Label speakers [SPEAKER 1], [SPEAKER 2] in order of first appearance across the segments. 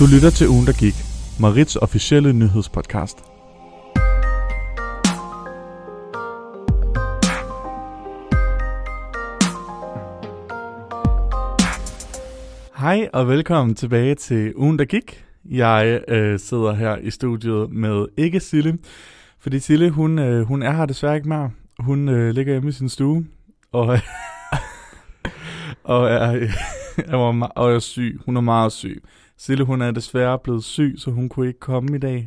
[SPEAKER 1] Du lytter til Ugen, der gik. Marits officielle nyhedspodcast. Hej og velkommen tilbage til Ugen, der gik. Jeg sidder her i studiet med ikke Sille, fordi Sille, hun er her desværre ikke mere. Hun ligger hjemme i sin stue og er syg. Hun er meget syg. Sille, hun er desværre blevet syg, så hun kunne ikke komme i dag.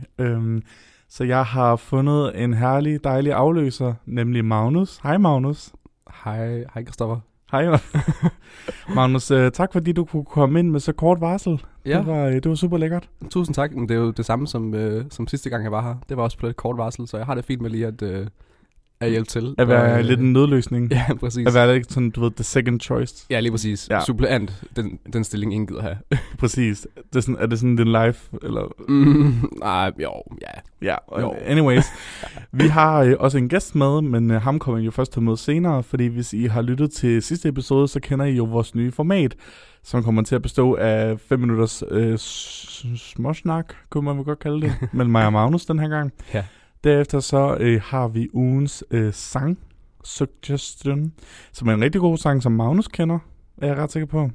[SPEAKER 1] Så jeg har fundet en herlig, dejlig afløser, nemlig Magnus. Hej Magnus.
[SPEAKER 2] Hej Christoffer.
[SPEAKER 1] Hej Magnus, tak fordi du kunne komme ind med så kort varsel.
[SPEAKER 2] Ja.
[SPEAKER 1] Det var super lækkert.
[SPEAKER 2] Tusind tak. Det er jo det samme som sidste gang jeg var her. Det var også på et kort varsel, så jeg har det fint med lige at hjælpe til.
[SPEAKER 1] At være lidt en nødløsning.
[SPEAKER 2] Ja, præcis.
[SPEAKER 1] At være lidt sådan, du ved, the second choice.
[SPEAKER 2] Ja, lige præcis. Ja. Suppleant, den stilling ingen gider have.
[SPEAKER 1] Præcis. Er det sådan din life? Eller?
[SPEAKER 2] Nej, jo.
[SPEAKER 1] Ja, anyways. Vi har også en gæst med, men ham kommer I jo først til at møde senere, fordi hvis I har lyttet til sidste episode, så kender I jo vores nye format, som kommer til at bestå af 5 minutters småsnak, kunne man godt kalde det, mellem mig og Magnus den her gang.
[SPEAKER 2] Ja.
[SPEAKER 1] Derefter så har vi ugens sang suggestion, som er en rigtig god sang, som Magnus kender, er jeg ret sikker på.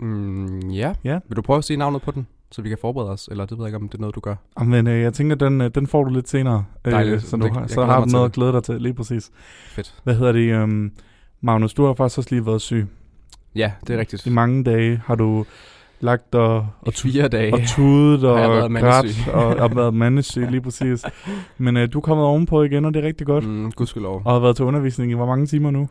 [SPEAKER 2] Ja. Vil du prøve at sige navnet på den, så vi kan forberede os, eller det ved jeg ikke, om det er noget, du gør?
[SPEAKER 1] Men jeg tænker, den får du lidt senere, så har du noget at glæde dig til, lige præcis.
[SPEAKER 2] Fedt.
[SPEAKER 1] Hvad hedder det? Magnus, du har faktisk også lige været syg.
[SPEAKER 2] Ja, det er rigtigt.
[SPEAKER 1] I mange dage har du lagt og
[SPEAKER 2] 4 dage
[SPEAKER 1] og tudet og
[SPEAKER 2] grædt
[SPEAKER 1] og været mandesyg, lige præcis. Men du er kommet ovenpå igen, og det er rigtig godt.
[SPEAKER 2] Gudskelov.
[SPEAKER 1] Og har været til undervisning i hvor mange timer nu?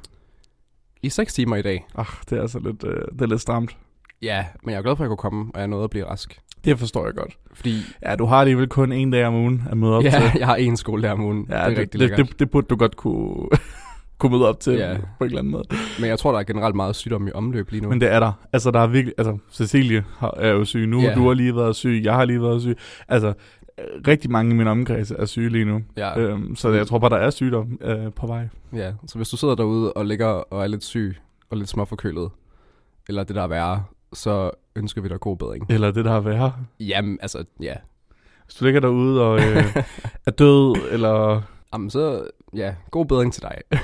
[SPEAKER 2] I 6 timer i dag.
[SPEAKER 1] Det er altså lidt, det er lidt stramt.
[SPEAKER 2] Ja, men jeg er glad for, at jeg kunne komme, og jeg nåede at blive rask.
[SPEAKER 1] Det forstår jeg godt.
[SPEAKER 2] Fordi
[SPEAKER 1] ja, du har alligevel kun 1 dag om ugen at møde op til.
[SPEAKER 2] Ja, jeg har 1 skoledag om ugen.
[SPEAKER 1] Ja, det er rigtig lækkert. Det burde du godt kunne møde op til på en eller anden måde.
[SPEAKER 2] Men jeg tror, der er generelt meget sygdom i omløb lige nu.
[SPEAKER 1] Men det er der. Altså, der er virkelig... Altså, Cecilie er jo syg nu. Du har lige været syg. Jeg har lige været syg. Altså, rigtig mange i min omkreds er syge lige nu.
[SPEAKER 2] Ja.
[SPEAKER 1] Så jeg tror bare, der er sygdom på vej.
[SPEAKER 2] Ja, så hvis du sidder derude og ligger og er lidt syg og lidt småforkølet, eller det der er værre, så ønsker vi dig god bedring.
[SPEAKER 1] Eller det der er værre.
[SPEAKER 2] Jamen, altså, ja.
[SPEAKER 1] Hvis du ligger derude og er død, eller...
[SPEAKER 2] Jamen, så god bedring til dig.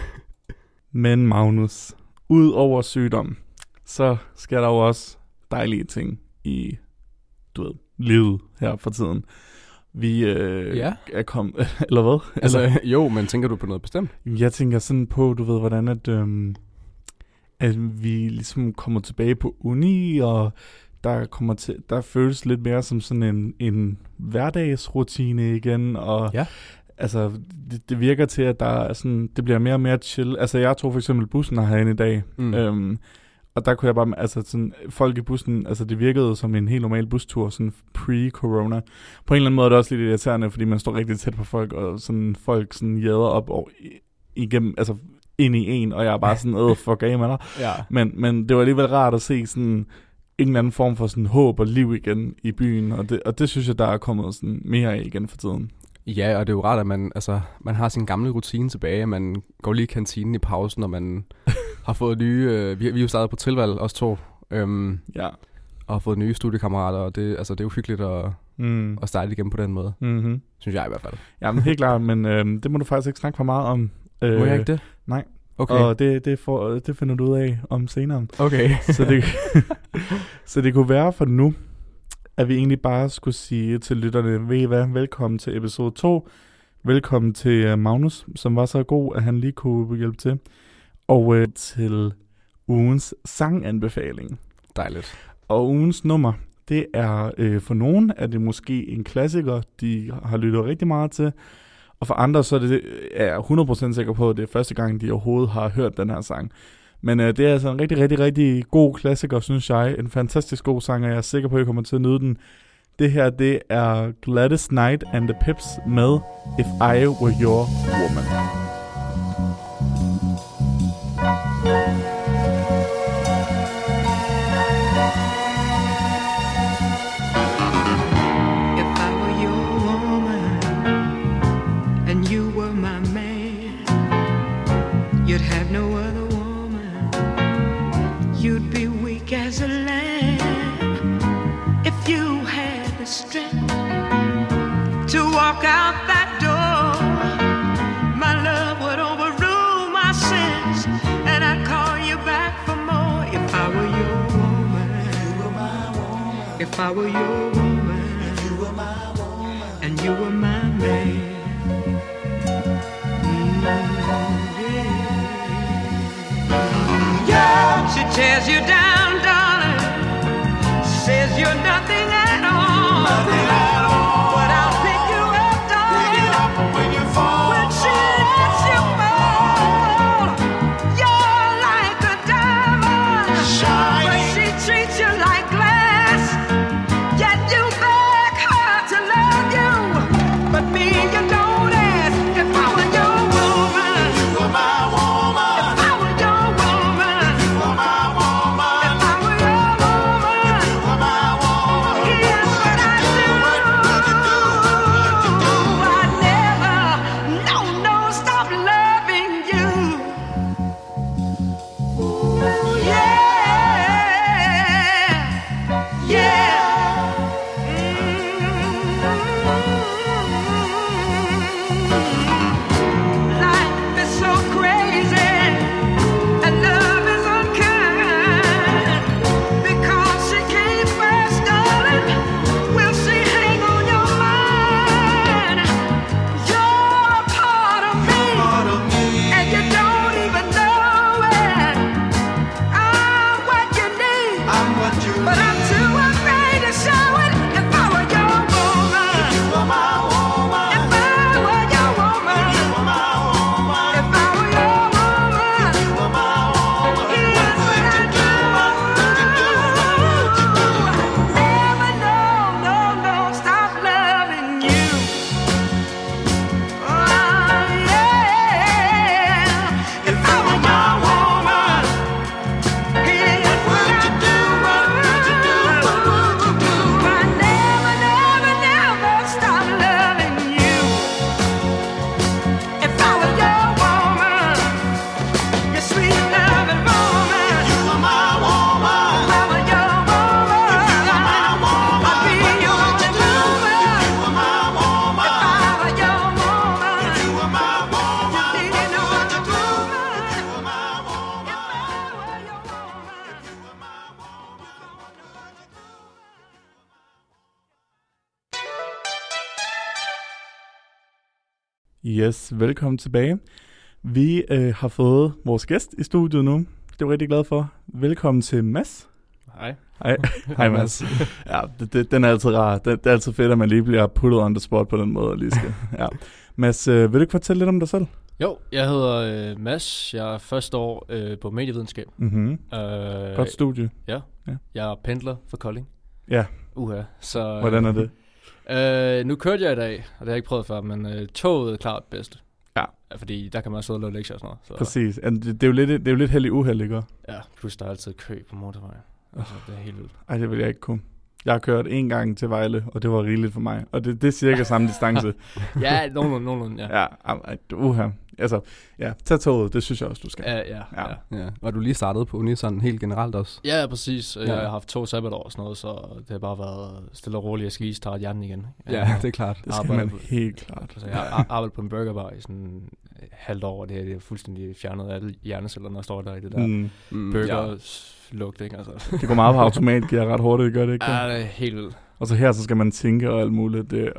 [SPEAKER 1] Men Magnus, ud over sygdom, så sker der jo også dejlige ting i, livet her for tiden. Vi er kommet, eller hvad?
[SPEAKER 2] Altså, jo, men tænker du på noget bestemt?
[SPEAKER 1] Jeg tænker sådan på, hvordan at vi ligesom kommer tilbage på uni, og der føles lidt mere som sådan en hverdagsrutine igen, og altså, det virker til, at der er sådan, det bliver mere og mere chill. Altså, jeg tog for eksempel bussen herinde i dag, og der kunne jeg bare, altså sådan, folk i bussen, altså det virkede som en helt normal bustur, sådan pre-corona. På en eller anden måde er det også lidt irriterende, fordi man står rigtig tæt på folk, og sådan folk sådan jader op og igennem, altså ind i en, og jeg er bare sådan, fuck af med dig. Ja. Men det var alligevel rart at se sådan en eller anden form for sådan håb og liv igen i byen, og det synes jeg, der er kommet sådan mere af igen for tiden.
[SPEAKER 2] Ja, og det er jo rart, at man har sin gamle rutine tilbage. Man går lige i kantinen i pausen, og man har fået nye... Vi er jo startet på tilvalg, os 2. Og har fået nye studiekammerater, og det er jo hyggeligt at starte igen på den måde. Mm-hmm. Synes jeg i hvert fald. Jamen
[SPEAKER 1] helt klart, men det må du faktisk ikke snakke for meget om.
[SPEAKER 2] Må jeg ikke det?
[SPEAKER 1] Nej.
[SPEAKER 2] Okay.
[SPEAKER 1] Og det finder du ud af om senere.
[SPEAKER 2] Okay.
[SPEAKER 1] Så det kunne være for nu, at vi egentlig bare skulle sige til lytterne, ved I hvad, velkommen til episode 2. Velkommen til Magnus, som var så god, at han lige kunne hjælpe til. Og til ugens sanganbefaling.
[SPEAKER 2] Dejligt.
[SPEAKER 1] Og ugens nummer, det er for nogen, er det måske en klassiker, de har lyttet rigtig meget til. Og for andre, så er jeg 100% sikker på, at det er første gang, de overhovedet har hørt den her sang. Men det er altså en rigtig, rigtig, rigtig god klassiker, synes jeg. En fantastisk god sang, og jeg er sikker på, at I kommer til at nyde den. Det her, det er Gladys Knight and the Pips med If I Were Your Woman.
[SPEAKER 3] You'd be weak as a lamb if you had the strength I were your woman,
[SPEAKER 4] if you were my woman,
[SPEAKER 3] and you were my man. Yeah. She tears you down, darling. Says you're nothing at all.
[SPEAKER 4] nothing at all.
[SPEAKER 3] But I'll pick you up, darling.
[SPEAKER 4] Pick you up when you fall.
[SPEAKER 3] When she lets you fall, you're like a diamond.
[SPEAKER 4] Shining.
[SPEAKER 3] But she treats you like glass. Yet you beg her to love you. But me, you don't ask. If I were your woman,
[SPEAKER 4] You were my woman,
[SPEAKER 3] if I were your woman,
[SPEAKER 4] you were my woman,
[SPEAKER 3] if I were your woman,
[SPEAKER 4] you were my woman.
[SPEAKER 3] here's what I do. I'd never, no, stop loving you. Yeah. Life is so crazy, and love is unkind. Because she came first, darling, will she hang on your mind? You're a part of me,
[SPEAKER 4] Part of me,
[SPEAKER 3] and you don't even know it. I'm what you need,
[SPEAKER 4] I'm what you
[SPEAKER 3] but I'm
[SPEAKER 4] need.
[SPEAKER 3] too afraid to show it. If I were your woman,
[SPEAKER 4] You were my woman,
[SPEAKER 3] if I were your woman,
[SPEAKER 4] you were my woman,
[SPEAKER 3] if I were your woman,
[SPEAKER 4] you were my woman.
[SPEAKER 3] here's what I do. Never, no, stop loving you. Oh, yeah. If I were your woman, here's what I do. I never stop loving you. If I were your woman, your sweet loving woman.
[SPEAKER 4] You were my woman,
[SPEAKER 3] If I were your woman, I'd be your only woman.
[SPEAKER 4] you were my woman,
[SPEAKER 3] If I were your woman,
[SPEAKER 4] you were my woman,
[SPEAKER 3] you need no other woman.
[SPEAKER 4] you were my woman.
[SPEAKER 3] If I were your woman.
[SPEAKER 1] Yes, velkommen tilbage. Vi har fået vores gæst i studiet nu. Det er jeg rigtig glad for. Velkommen til Mads.
[SPEAKER 2] Hej.
[SPEAKER 1] Hej, hej Mads. Ja, den er altid rar. Det er altid fedt, at man lige bliver puttet on the spot på den måde. Lige skal. Ja. Mads, vil du ikke fortælle lidt om dig selv?
[SPEAKER 5] Jo, jeg hedder Mads. Jeg er første år på medievidenskab.
[SPEAKER 1] Mm-hmm. Godt studie.
[SPEAKER 5] Jeg er pendler for Kolding.
[SPEAKER 1] Ja,
[SPEAKER 5] Så,
[SPEAKER 1] hvordan er det?
[SPEAKER 5] nu kørte jeg i dag, og det har jeg ikke prøvet før, men toget er klart bedst.
[SPEAKER 1] Ja.
[SPEAKER 5] Fordi der kan man sidde og lave lektier og sådan noget. Så,
[SPEAKER 1] Præcis. Det er jo lidt held i uheld, ikke?
[SPEAKER 5] Ja, plus der er altid kø på motorvejen. Altså, det er helt vildt.
[SPEAKER 1] Ej, det vil jeg ikke kunne. Jeg har kørt en gang til Vejle, og det var rigeligt for mig. Og det er cirka samme distance.
[SPEAKER 5] Ja, nogenlunde, ja.
[SPEAKER 1] Altså, tag toget, det synes jeg også, du skal.
[SPEAKER 5] Ja.
[SPEAKER 2] Var du lige startet på uni sådan helt generelt også?
[SPEAKER 5] Ja, præcis.
[SPEAKER 2] Ja.
[SPEAKER 5] Jeg har haft 2 sabbatår og sådan noget, så det har bare været stille og roligt. Jeg skal lige starte hjernen igen.
[SPEAKER 2] Ja, det er klart.
[SPEAKER 1] Det skal man helt klart.
[SPEAKER 5] Altså, jeg har arbejdet på en burgerbar i sådan halvt år, og det er fuldstændig fjernet af alle hjerneceller, når står der i det der burgerlugt, ikke? Altså.
[SPEAKER 1] Det går meget på automatgear ret hurtigt, gør det ikke?
[SPEAKER 5] Ja, det er helt vildt.
[SPEAKER 1] Og så her, så skal man tænke og alt muligt. Det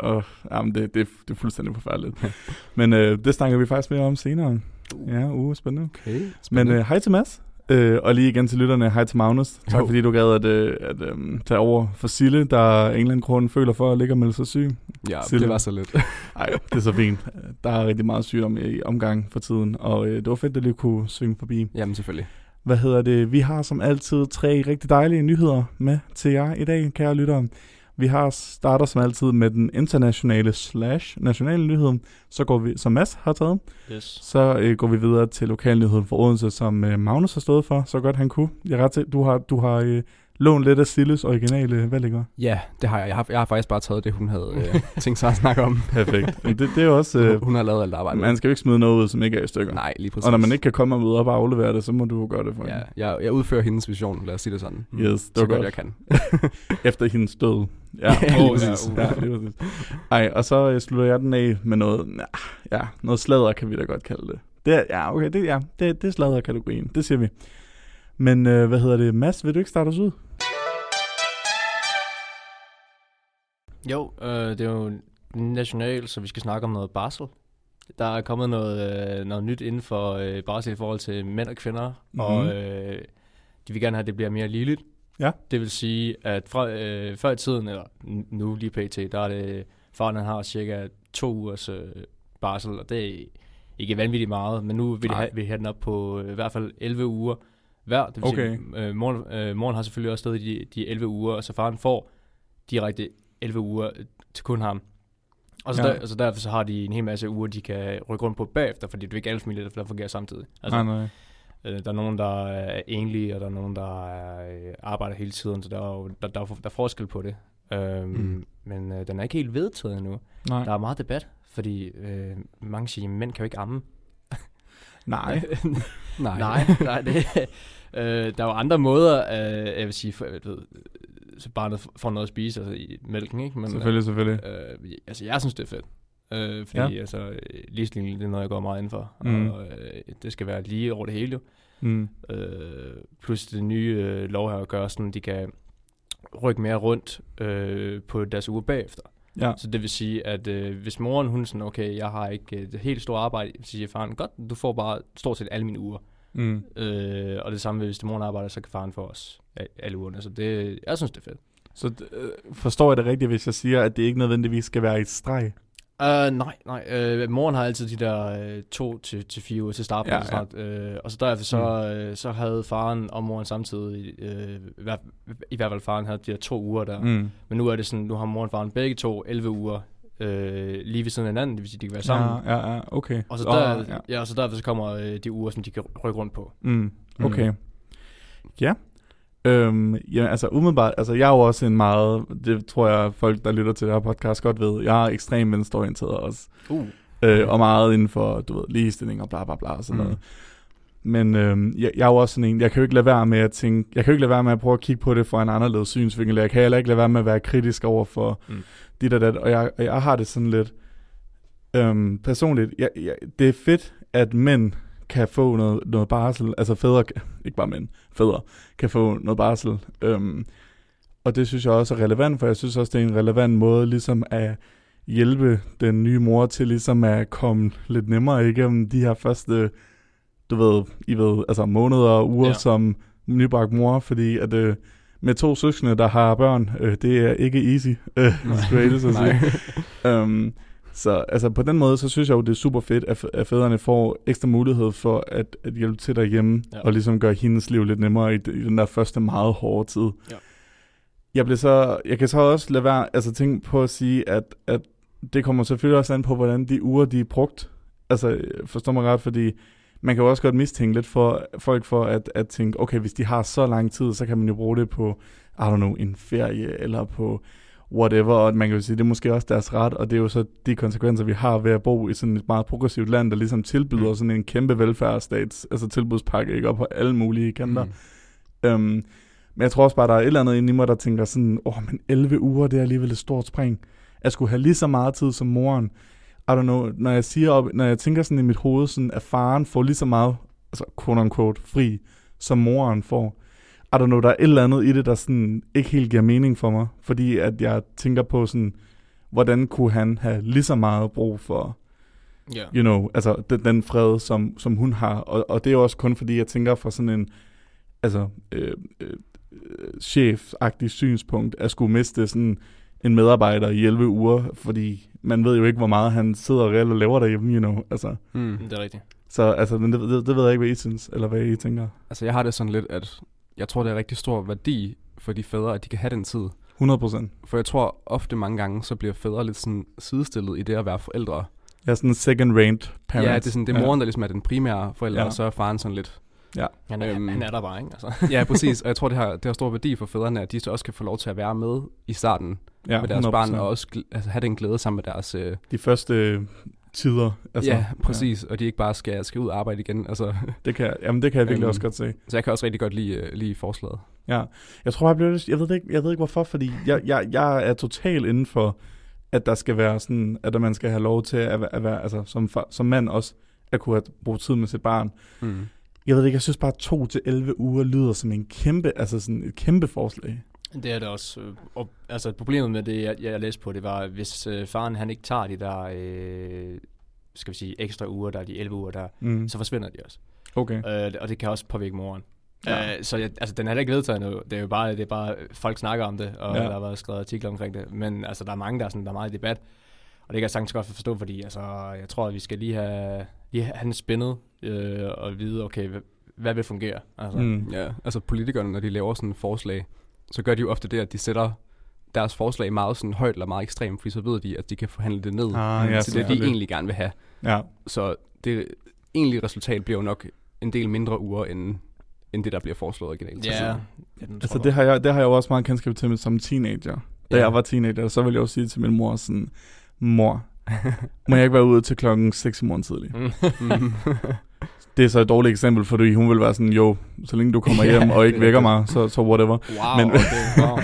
[SPEAKER 1] er fuldstændig forfærdeligt. Men det snakker vi faktisk mere om senere. Ja, spændende.
[SPEAKER 2] Okay,
[SPEAKER 1] Men hej til Mads. Og lige igen til lytterne, hej til Magnus. Tak fordi du gad at tage over for Sille, der af en eller anden grund føler for at ligge og melde sig syg.
[SPEAKER 2] Ja,
[SPEAKER 1] Sille.
[SPEAKER 2] det var så lidt.
[SPEAKER 1] Ej, det er så fint. Der er rigtig meget sygdom i omgang for tiden, og det var fedt, at lige kunne svinge forbi.
[SPEAKER 2] Jamen selvfølgelig.
[SPEAKER 1] Vi har som altid 3 rigtig dejlige nyheder med til jer i dag, kære lyttere. Vi starter som altid med den internationale / nationale nyhed. Så går vi, som Mads har taget, så går vi videre til lokalnyheden for Odense, som Magnus har stået for, så godt han kunne. Jeg er ret til, du har lånt lidt af Silles originale valg, ikke?
[SPEAKER 2] Ja, det har jeg. Jeg har faktisk bare taget det, hun havde tænkt sig at snakke om.
[SPEAKER 1] Perfekt. Det er jo også...
[SPEAKER 2] hun har lavet alt arbejde.
[SPEAKER 1] Man skal jo ikke smide noget ud, som ikke er i stykker.
[SPEAKER 2] Nej, lige præcis.
[SPEAKER 1] Og når man ikke kan komme og møde op og aflevere det, så må du jo gøre det for hende.
[SPEAKER 2] Ja, jeg udfører hendes vision, lad os sige det sådan.
[SPEAKER 1] Yes, det
[SPEAKER 2] så
[SPEAKER 1] godt
[SPEAKER 2] jeg kan.
[SPEAKER 1] Efter hendes død. Ja, lige præcis. Ej, og så slutter jeg den af med noget sladder, kan vi da godt kalde det. Det er sladder-kategorien. Det siger vi. Men Mads, vil du ikke starte os ud?
[SPEAKER 5] Jo, det er jo national, så vi skal snakke om noget barsel. Der er kommet noget nyt inden for barsel i forhold til mænd og kvinder, og de vil gerne have, at det bliver mere ligeligt.
[SPEAKER 1] Ja.
[SPEAKER 5] Det vil sige, at før i tiden, eller nu lige pt., der er det, faren han har cirka 2 ugers barsel, og det er ikke vanvittigt meget, men nu vil de have den op på i hvert fald 11 uger hver. Det vil sige, moren har selvfølgelig også stadig de 11 uger, og så faren får direkte 11 uger til kun ham. Og så derfor så har de en hel masse uger, de kan rykke rundt på bagefter, fordi det er ikke alle familier, der fungerer samtidig. Altså,
[SPEAKER 1] nej.
[SPEAKER 5] Der er nogen, der er enlige, og der er nogen, der arbejder hele tiden, så der er forskel på det. Men den er ikke helt vedtaget endnu. Nej. Der er meget debat, fordi mange siger, at mænd kan jo ikke amme.
[SPEAKER 1] Nej.
[SPEAKER 5] Nej, det, der er jo andre måder, jeg vil sige, så barnet får noget at spise, altså i mælken, ikke? Men,
[SPEAKER 1] selvfølgelig.
[SPEAKER 5] Altså, jeg synes, det er fedt. Fordi altså, ligestilling, det er noget, jeg går meget ind for. Og det skal være lige over det hele, jo. Plus det nye lov her gør sådan, de kan rykke mere rundt på deres uger bagefter. Ja. Så det vil sige, at hvis moren, hun er sådan, okay, jeg har ikke et helt stort arbejde, så siger faren, godt, du får bare stort set alle mine uger. Og det samme, hvis moren arbejder, så kan faren få os alle ugerne. Så det, jeg synes, det er fedt. Så
[SPEAKER 1] forstår jeg det rigtigt, hvis jeg siger, at det ikke nødvendigvis skal være et streg?
[SPEAKER 5] Nej. Moren har altid de der 2 til 4 uger til start på snart. Og så derefter så havde faren og moren samtidig, i hvert fald faren havde de der 2 uger der. Men nu er det sådan, nu har moren og faren begge 2 11 uger lige ved siden af hinanden, det vil sige, de kan være sammen.
[SPEAKER 1] Ja, okay.
[SPEAKER 5] Og så så derefter så kommer de uger, som de kan rykke rundt på.
[SPEAKER 1] Okay. Ja. Ja, altså umiddelbart, altså jeg er jo også en meget, det tror jeg folk, der lytter til det her podcast godt ved, jeg er ekstremt venstreorienteret også. Og meget inden for, du ved, ligestilling og bla bla bla og sådan noget. Men jeg er jo også sådan en, jeg kan jo ikke lade være med at tænke, jeg kan jo ikke lade være med at prøve at kigge på det fra en anderledes synsvinkel. Jeg kan heller ikke lade være med at være kritisk over for dit og dat, og jeg har det sådan lidt personligt, det er fedt, at mænd kan få noget barsel, altså fædre, ikke bare mænd, fædre kan få noget barsel. Og det synes jeg også er relevant, for jeg synes også, det er en relevant måde ligesom at hjælpe den nye mor til ligesom at komme lidt nemmere igennem de her første, altså måneder og uger som nybagt mor, fordi at med 2 søskende, der har børn, det er ikke easy, så altså på den måde, så synes jeg jo, det er super fedt, at fædrene får ekstra mulighed for at hjælpe til derhjemme, og ligesom gøre hendes liv lidt nemmere i den der første meget hårde tid. Ja. Jeg kan så også lade være, altså tænke på at sige, at det kommer selvfølgelig også an på, hvordan de uger, de er brugt. Altså, forstår mig ret, fordi man kan jo også godt mistænke lidt for folk for at tænke, okay, hvis de har så lang tid, så kan man jo bruge det på, en ferie, eller på whatever, og man kan jo sige, det er måske også deres ret, og det er jo så de konsekvenser, vi har ved at bo i sådan et meget progressivt land, der ligesom tilbyder sådan en kæmpe velfærdsstats, altså tilbudspakke, ikke, op på alle mulige kanter. Men jeg tror også bare, der er et eller andet inde i mig, der tænker sådan, men 11 uger, det er alligevel et stort spring. Jeg skulle have lige så meget tid som moren. I don't know, når jeg tænker sådan i mit hoved, sådan, at faren får lige så meget, altså quote unquote, fri, som moren får. I don't know, der er et eller andet i det, der sådan ikke helt giver mening for mig, fordi at jeg tænker på sådan, hvordan kunne han have lige så meget brug for, altså den fred, som hun har, og det er jo også kun fordi, jeg tænker fra sådan en, altså chef-agtig synspunkt, at skulle miste sådan en medarbejder i 11 uger, fordi man ved jo ikke, hvor meget han sidder reelt og laver derhjemme, altså.
[SPEAKER 5] Det er rigtigt.
[SPEAKER 1] Så altså, men det ved jeg ikke, hvad I synes, eller hvad I tænker.
[SPEAKER 2] Altså, jeg har det sådan lidt, at jeg tror, det er rigtig stor værdi for de fædre, at de kan have den tid.
[SPEAKER 1] 100%.
[SPEAKER 2] For jeg tror ofte mange gange, så bliver fædre lidt sådan sidestillet i det at være forældre.
[SPEAKER 1] Ja, sådan en second-ranged parent.
[SPEAKER 2] Ja, det er sådan, det er moren, der ligesom er den primære forælder, og så er faren sådan lidt.
[SPEAKER 5] Ja. Han er der bare, ikke? Altså.
[SPEAKER 2] Ja, præcis. Og jeg tror, det har stor værdi for fædrene, at de så også kan få lov til at være med i starten med deres 100%. Barn, og også have den glæde sammen med deres...
[SPEAKER 1] De første tider. Altså,
[SPEAKER 2] ja, præcis. Og de ikke bare skal ud og arbejde igen. Altså.
[SPEAKER 1] Det kan jeg virkelig også godt se.
[SPEAKER 2] Så jeg kan også rigtig godt lide forslaget.
[SPEAKER 1] Ja, jeg tror, jeg ved ikke hvorfor, fordi jeg er totalt inden for, at der skal være sådan, at man skal have lov til at være, altså som mand også, at kunne bruge tid med sit barn. Jeg ved ikke, jeg synes bare 2 til 11 uger lyder som en kæmpe, altså sådan et kæmpe forslag.
[SPEAKER 5] Det er det også. Og, altså problemet med det, jeg læste på, det var, hvis faren han ikke tager de der, skal vi sige, ekstra uger, der er de 11 uger der, så forsvinder de også.
[SPEAKER 1] Okay.
[SPEAKER 5] Og det kan også påvirke moren.
[SPEAKER 1] Ja.
[SPEAKER 5] Så den er heller ikke vedtaget nu. Det er bare folk snakker om det, og der har været skrevet artikler omkring det. Men altså, der er mange, der er meget i debat. Og det kan jeg sagtens godt forstå, fordi altså, jeg tror, at vi skal lige have den spændet og vide, okay, hvad vil fungere. Altså.
[SPEAKER 2] Ja, altså politikerne, når de laver sådan et forslag, så gør de jo ofte det, at de sætter deres forslag meget sådan højt eller meget ekstremt, fordi så ved de, at de kan forhandle det ned til det, de egentlig gerne vil have. Ja. Så det egentlige resultat bliver jo nok en del mindre uger, end det, der bliver foreslået originalt.
[SPEAKER 1] Ja. Altså det har jeg jo også meget kendskab til som teenager. Da jeg var teenager, så ville jeg jo sige til min mor sådan, mor, må jeg ikke være ude til klokken 6 i morgen tidlig? Det er så et dårligt eksempel, fordi hun vil være sådan, jo, så længe du kommer hjem og ikke vækker mig, så whatever.
[SPEAKER 5] Wow,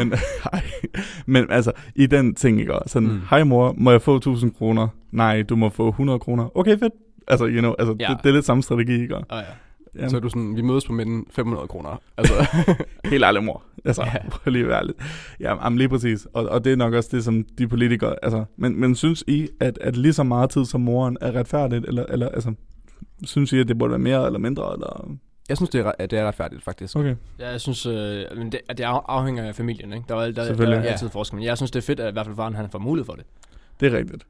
[SPEAKER 1] men altså, i den ting, ikke? Sådan, hej mor, må jeg få 1000 kroner? Nej, du må få 100 kroner. Okay, fedt. Altså, det er lidt samme strategi, ikke?
[SPEAKER 2] Så er du sådan, vi mødes på midten 500 kroner. Altså.
[SPEAKER 1] Helt ærlig, mor. Altså, prøv lige at være lidt. Ja, lige præcis. Og det er nok også det, som de politikere, altså, men synes I, at lige så meget tid som moren er retfærdigt, eller altså, synes I, at det burde være mere eller mindre, eller?
[SPEAKER 2] Jeg synes, det er retfærdigt, faktisk.
[SPEAKER 1] Okay.
[SPEAKER 5] Ja, jeg synes, at det afhænger af familien, ikke? Der er altid forskel, men jeg synes, det er fedt, at i hvert fald faren, han får mulighed for det.
[SPEAKER 1] Det er rigtigt.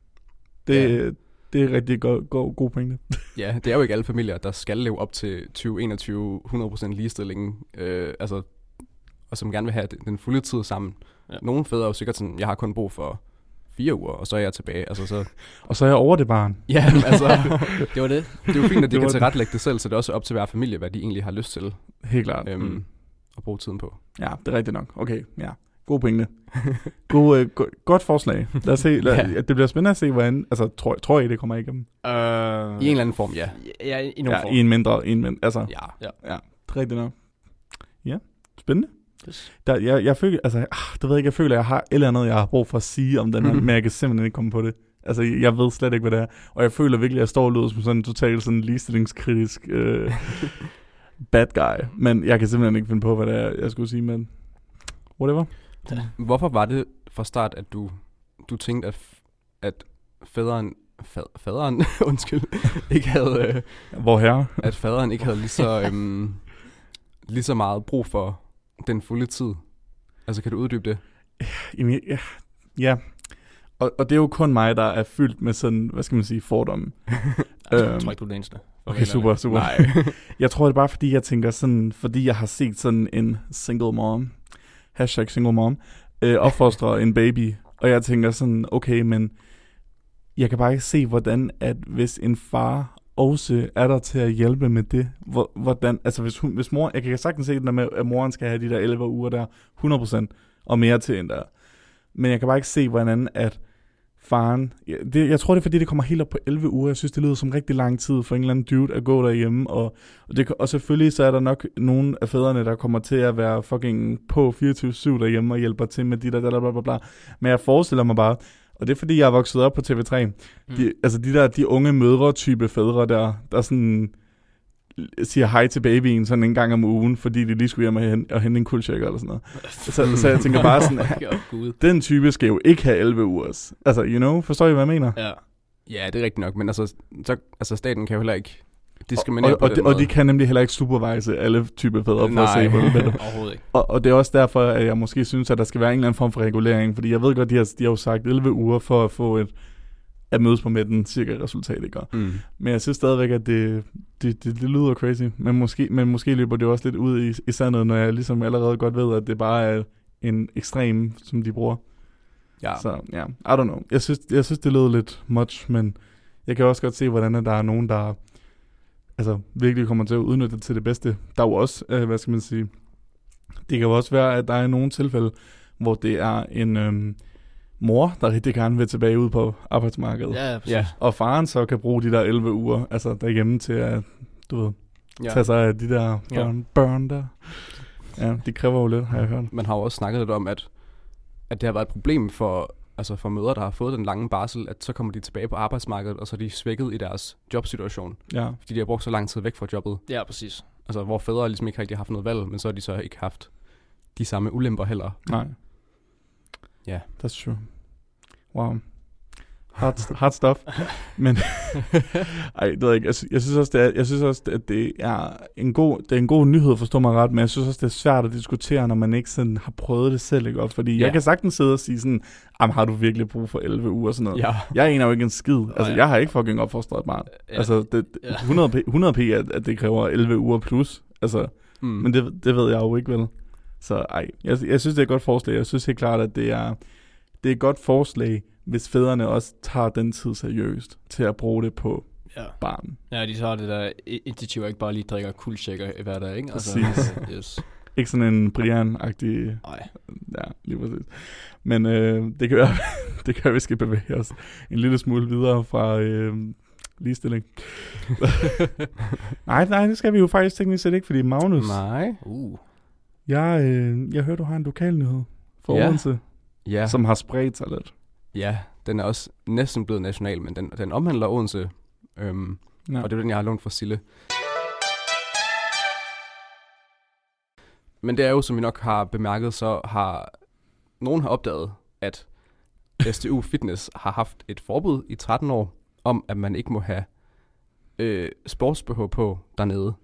[SPEAKER 1] Det er rigtig god pointe.
[SPEAKER 2] Ja, det er jo ikke alle familier, der skal leve op til 2021 100% ligestilling, altså, og som gerne vil have den fulde tid sammen. Ja. Nogle fædre er jo sikkert sådan, jeg har kun brug for 4 uger, og så er jeg tilbage. Altså, så.
[SPEAKER 1] Og så er jeg over det barn.
[SPEAKER 2] Ja, altså, det var det. Det er jo fint, at de kan tilrettelægge det selv, så det er også op til hver familie, hvad de egentlig har lyst til.
[SPEAKER 1] Helt klart.
[SPEAKER 2] At bruge tiden på.
[SPEAKER 1] Ja, det er rigtigt nok. Okay, ja. God pointe. Godt forslag. Lad os se. Det bliver spændende at se, hvordan. Altså, tror I, det kommer igennem?
[SPEAKER 2] I en eller anden form, ja.
[SPEAKER 5] Ja, i nogen form.
[SPEAKER 1] I en mindre. Altså,
[SPEAKER 2] ja.
[SPEAKER 1] Det er rigtigt nok. Ja, spændende. Yes. Jeg føler, altså, det ved jeg ikke, jeg føler, at jeg har et eller andet, jeg har brug for at sige om den her, men jeg kan simpelthen ikke komme på det. Altså, jeg ved slet ikke, hvad det er. Og jeg føler virkelig, at jeg står og lyder som sådan en totalt sådan ligestillingskritisk bad guy. Men jeg kan simpelthen ikke finde på, hvad det er, jeg skulle sige, men whatever.
[SPEAKER 2] Hvorfor var det fra start, at du tænkte, at faderen undskyld, ikke havde...
[SPEAKER 1] Hvorher?
[SPEAKER 2] At faderen ikke havde lige så meget brug for den fulde tid? Altså, kan du uddybe det?
[SPEAKER 1] Ja. Og det er jo kun mig, der er fyldt med sådan, hvad skal man sige, fordomme.
[SPEAKER 5] Jeg tror ikke, du er den eneste.
[SPEAKER 1] Okay, super. Nej. Jeg tror, det er bare, fordi jeg tænker sådan, fordi jeg har set sådan en single mom, #single mom, opfostre en baby, og jeg tænker sådan, okay, men jeg kan bare ikke se, hvordan, at hvis en far også er der til at hjælpe med det, hvordan, altså hvis mor, jeg kan sagtens se den med, at moren skal have de der 11 uger der, 100% og mere til end der, men jeg kan bare ikke se, hvordan at faren, jeg tror det er fordi, det kommer helt op på 11 uger, jeg synes det lyder som rigtig lang tid for en eller anden dude at gå derhjemme, og selvfølgelig så er der nok nogle af fædrene, der kommer til at være fucking på 24/7 derhjemme og hjælper til med de der blablabla, men jeg forestiller mig bare, og det er fordi, jeg er vokset op på TV3. De unge mødre-type fædre, der sådan siger hej til babyen sådan en gang om ugen, fordi de lige skulle hjem og hente en kuldshaker eller sådan noget. Så jeg tænker bare sådan, den type skal jo ikke have 11 uger. Altså, forstår I, hvad jeg mener?
[SPEAKER 2] Ja, det er rigtigt nok, men altså staten kan jo heller ikke diskriminere på den måde.
[SPEAKER 1] Og de kan nemlig heller ikke supervise alle typer fædre for at se, hvordan det er.
[SPEAKER 5] Overhovedet ikke.
[SPEAKER 1] Og det er også derfor, at jeg måske synes, at der skal være en eller anden form for regulering, fordi jeg ved godt, de har jo sagt 11 uger for at få at mødes på midten cirka resultat, ikke? Men jeg synes stadigvæk, at det lyder crazy, men måske løber det også lidt ud i sandet, når jeg ligesom allerede godt ved, at det bare er en ekstrem, som de bruger.
[SPEAKER 2] Ja.
[SPEAKER 1] Så ja, I don't know. Jeg synes, det lyder lidt much, men jeg kan også godt se, hvordan der er nogen, der altså virkelig kommer til at udnytte det til det bedste. Der er jo også, hvad skal man sige, det kan jo også være, at der er nogle tilfælde, hvor det er en mor, der rigtig gerne vil tilbage ud på arbejdsmarkedet.
[SPEAKER 5] Ja, præcis.
[SPEAKER 1] Ja. Og faren så kan bruge de der 11 uger, altså derhjemme til at, tage sig af de der børn der. Ja, de kræver jo lidt, har jeg hørt.
[SPEAKER 2] Man har jo også snakket lidt om, at det har været et problem for mødre, der har fået den lange barsel, at så kommer de tilbage på arbejdsmarkedet, og så er de svækket i deres jobsituation. Ja. Fordi de har brugt så lang tid væk fra jobbet.
[SPEAKER 5] Ja, præcis.
[SPEAKER 2] Altså, hvor fædre ligesom ikke rigtig har haft noget valg, men så har de så ikke haft de samme ulemper heller.
[SPEAKER 1] Nej.
[SPEAKER 2] Ja.
[SPEAKER 1] That's true. Wow. Hard stuff. Men ej, det ved jeg ikke. Jeg synes også, at det er en god nyhed, forstår mig ret, men jeg synes også, det er svært at diskutere, når man ikke sådan har prøvet det selv, ikke? Fordi jeg kan sagtens sidde og sige sådan, har du virkelig brug for 11 uger og sådan noget? Ja. Jeg aner jo ikke en skid. Altså, jeg har ikke fucking opfostret et barn. Ja. Altså, 100p, at det kræver 11 uger plus. Altså, men det ved jeg jo ikke, vel? Så ej, jeg synes, det er et godt forslag. Jeg synes helt klart, at det er et godt forslag, hvis fædrene også tager den tid seriøst til at bruge det på barnet.
[SPEAKER 5] Ja, de tager det der initiativ, ikke bare lige drikker kuldshaker hver dag, ikke?
[SPEAKER 1] Præcis.
[SPEAKER 5] Altså, yes.
[SPEAKER 1] Ikke sådan en Brian-agtig...
[SPEAKER 5] Nej.
[SPEAKER 1] Ja, lige præcis. Men det kan være, at vi skal bevæge os en lille smule videre fra ligestilling. nej, det skal vi jo faktisk teknisk set ikke, fordi Magnus...
[SPEAKER 2] Nej.
[SPEAKER 1] Jeg hører, du har en lokalnyhed for Odense, som har spredt sig lidt.
[SPEAKER 2] Ja, den er også næsten blevet national, men den omhandler Odense, og det er den, jeg har lånt fra Sille. Men det er jo, som vi nok har bemærket, så har nogen opdaget, at SDU Fitness har haft et forbud i 13 år, om at man ikke må have sports-BH på dernede.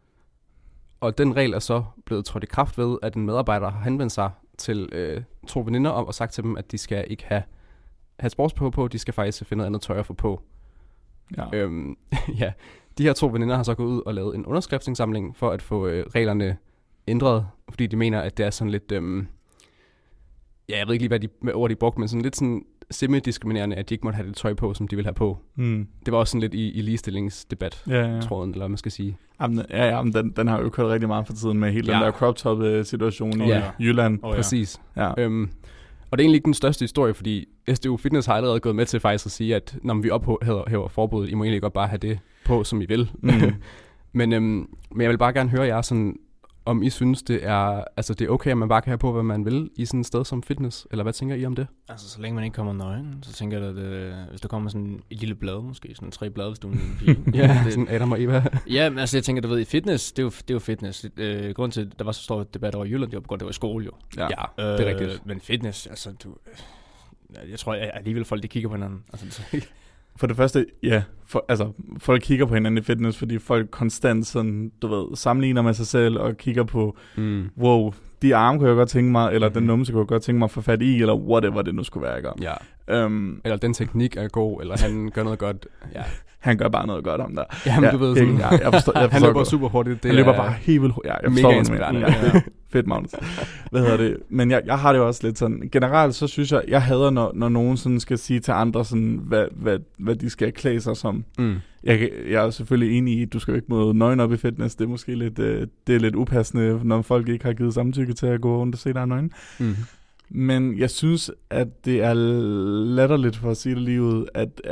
[SPEAKER 2] Og den regel er så blevet trådt i kraft ved, at en medarbejder har henvendt sig til 2 veninder om og sagt til dem, at de skal ikke have sports-BH på, de skal faktisk finde noget andet tøj at få på. Ja. De her 2 veninder har så gået ud og lavet en underskriftsindsamling for at få reglerne ændret, fordi de mener, at det er sådan lidt, jeg ved ikke lige, hvad ord de brugte, men sådan lidt sådan semi-diskriminerende, at de ikke måtte have det tøj på, som de vil have på. Det var også sådan lidt i ligestillingsdebat-tråden, eller hvad man skal sige.
[SPEAKER 1] Jamen, den har jo kørt rigtig meget for tiden med hele den der crop top-situation i Jylland.
[SPEAKER 2] Præcis. Ja. Og det er egentlig ikke den største historie, fordi SDU Fitness har allerede gået med til faktisk at sige, at når vi ophæver forbuddet, I må egentlig godt bare have det på, som I vil. Men jeg vil bare gerne høre jer sådan, om I synes, det er okay, at man bare kan have på, hvad man vil i sådan et sted som fitness, eller hvad tænker I om det?
[SPEAKER 5] Altså, så længe man ikke kommer nøgen, så tænker jeg, at hvis der kommer sådan et lille blad, måske sådan 3 blade, hvis du er en pige.
[SPEAKER 2] Ja, sådan Adam og Eva.
[SPEAKER 5] Ja, men altså, jeg tænker, du ved, i fitness, det er jo fitness. Grunden til, at der var så stor debat over Jylland, det var på grund, det var i skole jo.
[SPEAKER 2] Ja, det er rigtigt.
[SPEAKER 5] Men fitness, altså, jeg tror alligevel folk, de kigger på hinanden. Altså,
[SPEAKER 1] for det første, folk kigger på hinanden i fitness, fordi folk konstant sådan, du ved, sammenligner med sig selv og kigger på, wow, de arme kunne jeg godt tænke mig, eller den numse kunne jeg godt tænke mig at få fat i, eller whatever det nu skulle være, ikke?
[SPEAKER 2] Ja. Eller den teknik er god, eller han gør noget godt. Ja.
[SPEAKER 1] Han gør bare noget godt om der.
[SPEAKER 2] Jamen, du ved sådan.
[SPEAKER 1] Jeg forstår
[SPEAKER 2] han løber super hurtigt.
[SPEAKER 1] Han løber bare helt vildt hurtigt. Jeg forstår
[SPEAKER 2] mega inspirerende.
[SPEAKER 1] Ja. Fedt, Magnus. Hvad hedder det? Men jeg har det jo også lidt sådan. Generelt så synes jeg hader, når nogen sådan skal sige til andre, sådan, hvad de skal klæde sig som. Jeg er selvfølgelig enig i, at du skal ikke møde nøgen op i fitness. Det er måske lidt upassende, når folk ikke har givet samtykke til at gå rundt og se der nøgen. Men jeg synes, at det er latterligt for at sige det lige ud,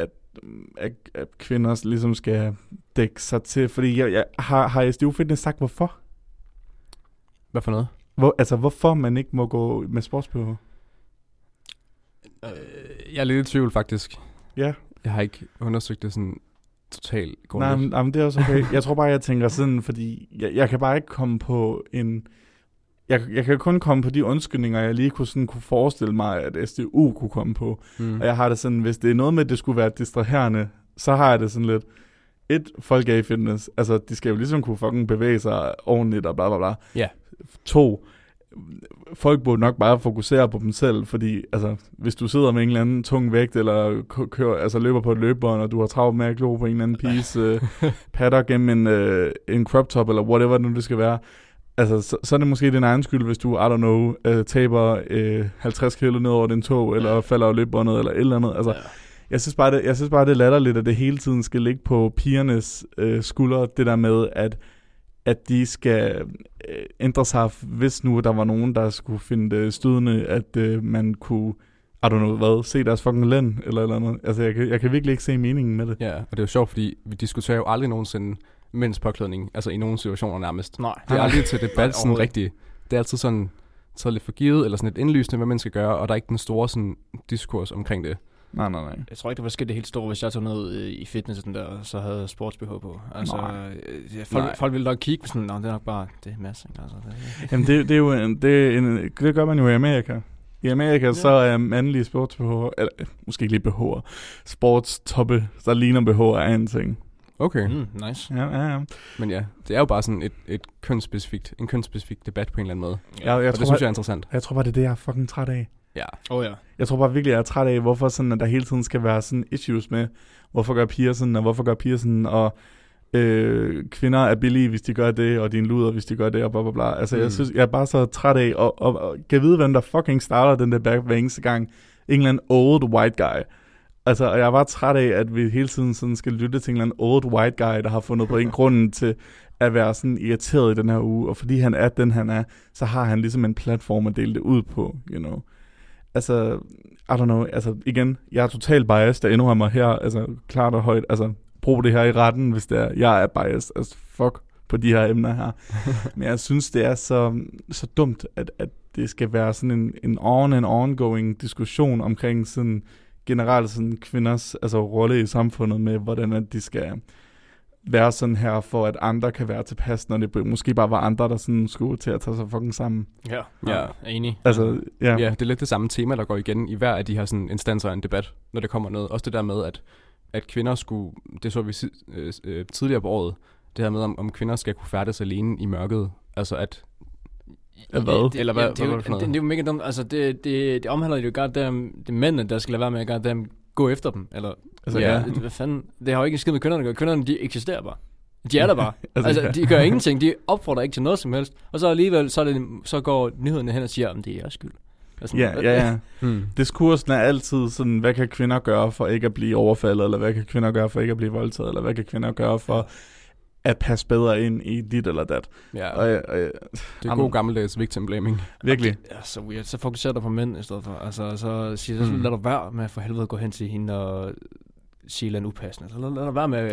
[SPEAKER 1] at kvinder ligesom skal dække sig til. Fordi jeg har SDU Fitness sagt, hvorfor?
[SPEAKER 2] Hvad for noget?
[SPEAKER 1] Hvorfor man ikke må gå med sports-BH?
[SPEAKER 2] Jeg er lidt i tvivl, faktisk.
[SPEAKER 1] Ja. Jeg
[SPEAKER 2] har ikke undersøgt det sådan totalt
[SPEAKER 1] grundigt. Nej, men det er også okay. Jeg tror bare, jeg tænker sådan, fordi jeg kan bare ikke komme på en... Jeg kan kun komme på de undskyldninger, jeg lige kunne forestille mig, at SDU kunne komme på. Og jeg har det sådan, hvis det er noget med, at det skulle være distraherende, så har jeg det sådan lidt... 1. Folk er i fitness. Altså, de skal jo ligesom kunne fucking bevæge sig ordentligt og bla bla bla.
[SPEAKER 2] Ja.
[SPEAKER 1] 2. Folk burde nok bare fokusere på dem selv, fordi altså, hvis du sidder med en eller anden tung vægt, eller løber på et løbebånd, og du har travlt med at glo på en eller anden piece patter gennem en crop top, eller whatever nu det skal være, altså, så er det måske din egen skyld, hvis du, I don't know, taber 50 kilo ned over din tog, eller falder af løbebåndet, eller et eller andet. Altså, jeg synes bare, det er latterligt, at det hele tiden skal ligge på pigernes skuldre, det der med, at de skal ændre sig, hvis nu der var nogen, der skulle finde det stødende, at man kunne, I don't know hvad, se deres fucking lænd, eller andet. Altså, jeg kan virkelig ikke se meningen med det.
[SPEAKER 2] Ja, og det er jo sjovt, fordi vi diskuterer jo aldrig nogensinde mænds påklædning, altså i nogle situationer nærmest.
[SPEAKER 5] Nej.
[SPEAKER 2] Det er aldrig til debat sådan rigtigt. Det er altid sådan, så lidt for givet, eller sådan lidt indlysende, hvad man skal gøre, og der er ikke den store sådan diskurs omkring det.
[SPEAKER 1] Nej.
[SPEAKER 5] Jeg tror ikke, det var sket det helt store, hvis jeg tog noget i fitness og sådan der, og så havde sports-BH på. Altså, folk ville nok kigge sådan, det er nok bare, det er masse. Altså,
[SPEAKER 1] Jamen, det er jo det gør man jo i Amerika. I Amerika, så er mandlige sports-BH'er, eller måske ikke lige BH'er, sportstoppe, der ligner BH'er af en ting.
[SPEAKER 2] Okay.
[SPEAKER 5] Nice.
[SPEAKER 1] Ja.
[SPEAKER 2] Men ja, det er jo bare sådan en kønsspecifik debat på en eller anden måde.
[SPEAKER 1] Ja.
[SPEAKER 2] Og det synes jeg er interessant.
[SPEAKER 1] Jeg tror bare, det er det, jeg er fucking træt af.
[SPEAKER 2] Ja.
[SPEAKER 5] Ja.
[SPEAKER 1] Jeg tror bare virkelig, jeg er træt af, hvorfor sådan, at der hele tiden skal være sådan issues med, hvorfor gør piger sådan, og hvorfor gør piger sådan, og kvinder er billige, hvis de gør det, og de er en luder, hvis de gør det, og bla bla bla. Altså, jeg synes, jeg er bare så træt af, og kan vide, hvem der fucking starter den der back hver eneste gang. En eller anden old white guy. Altså, og jeg er bare træt af, at vi hele tiden sådan skal lytte til en eller anden old white guy, der har fundet på en grund til at være sådan irriteret i den her uge, og fordi han er den, han er, så har han ligesom en platform at dele det ud på, you know. Altså, I don't know, altså igen, jeg er totalt biased, der endnu har mig her, altså klart og højt, altså brug det her i retten, hvis det er, jeg er biased, altså fuck på de her emner her. Men jeg synes, det er så dumt, at det skal være sådan en ongoing diskussion omkring sådan generelt sådan kvinders rolle i samfundet med, hvordan at de skal være sådan her, for at andre kan være tilpas, når det måske bare var andre, der sådan skulle til at tage sig fucking sammen.
[SPEAKER 5] Ja, enig.
[SPEAKER 1] Altså, ja.
[SPEAKER 2] Ja, det er lidt det samme tema, der går igen i hver af de her sådan instanser af en debat, når det kommer noget. Også det der med, at kvinder skulle, det så vi tidligere på året, det her med, om kvinder skal kunne færdes alene i mørket. Altså at...
[SPEAKER 1] Hvad?
[SPEAKER 2] Eller hvad?
[SPEAKER 5] Det er jo mega dumt. Altså, det omhandler jo goddamn det mændene, der skal lade være med at goddamn gå efter dem. Eller,
[SPEAKER 1] altså,
[SPEAKER 5] ja. Hvad fanden? Det har jo ikke skidt med kvinderne at gøre. Kvinderne, de eksisterer bare. De er der bare. Altså, de gør ingenting. De opfordrer ikke til noget som helst. Og så alligevel, så går nyhederne hen og siger, at det er jeres skyld. Altså,
[SPEAKER 1] ja. Diskursen er altid sådan, hvad kan kvinder gøre for ikke at blive overfaldet, eller hvad kan kvinder gøre for ikke at blive voldtaget, eller hvad kan kvinder gøre for at passe bedre ind i dit eller dat.
[SPEAKER 2] Ja, det er god gammeldags victim blaming.
[SPEAKER 1] Virkelig.
[SPEAKER 5] Det er så weird. Så fokuserer du på mænd i stedet for. Altså, så siger lad dig være med for helvede at gå hen til hende og sige noget upassende. Så lad dig være med,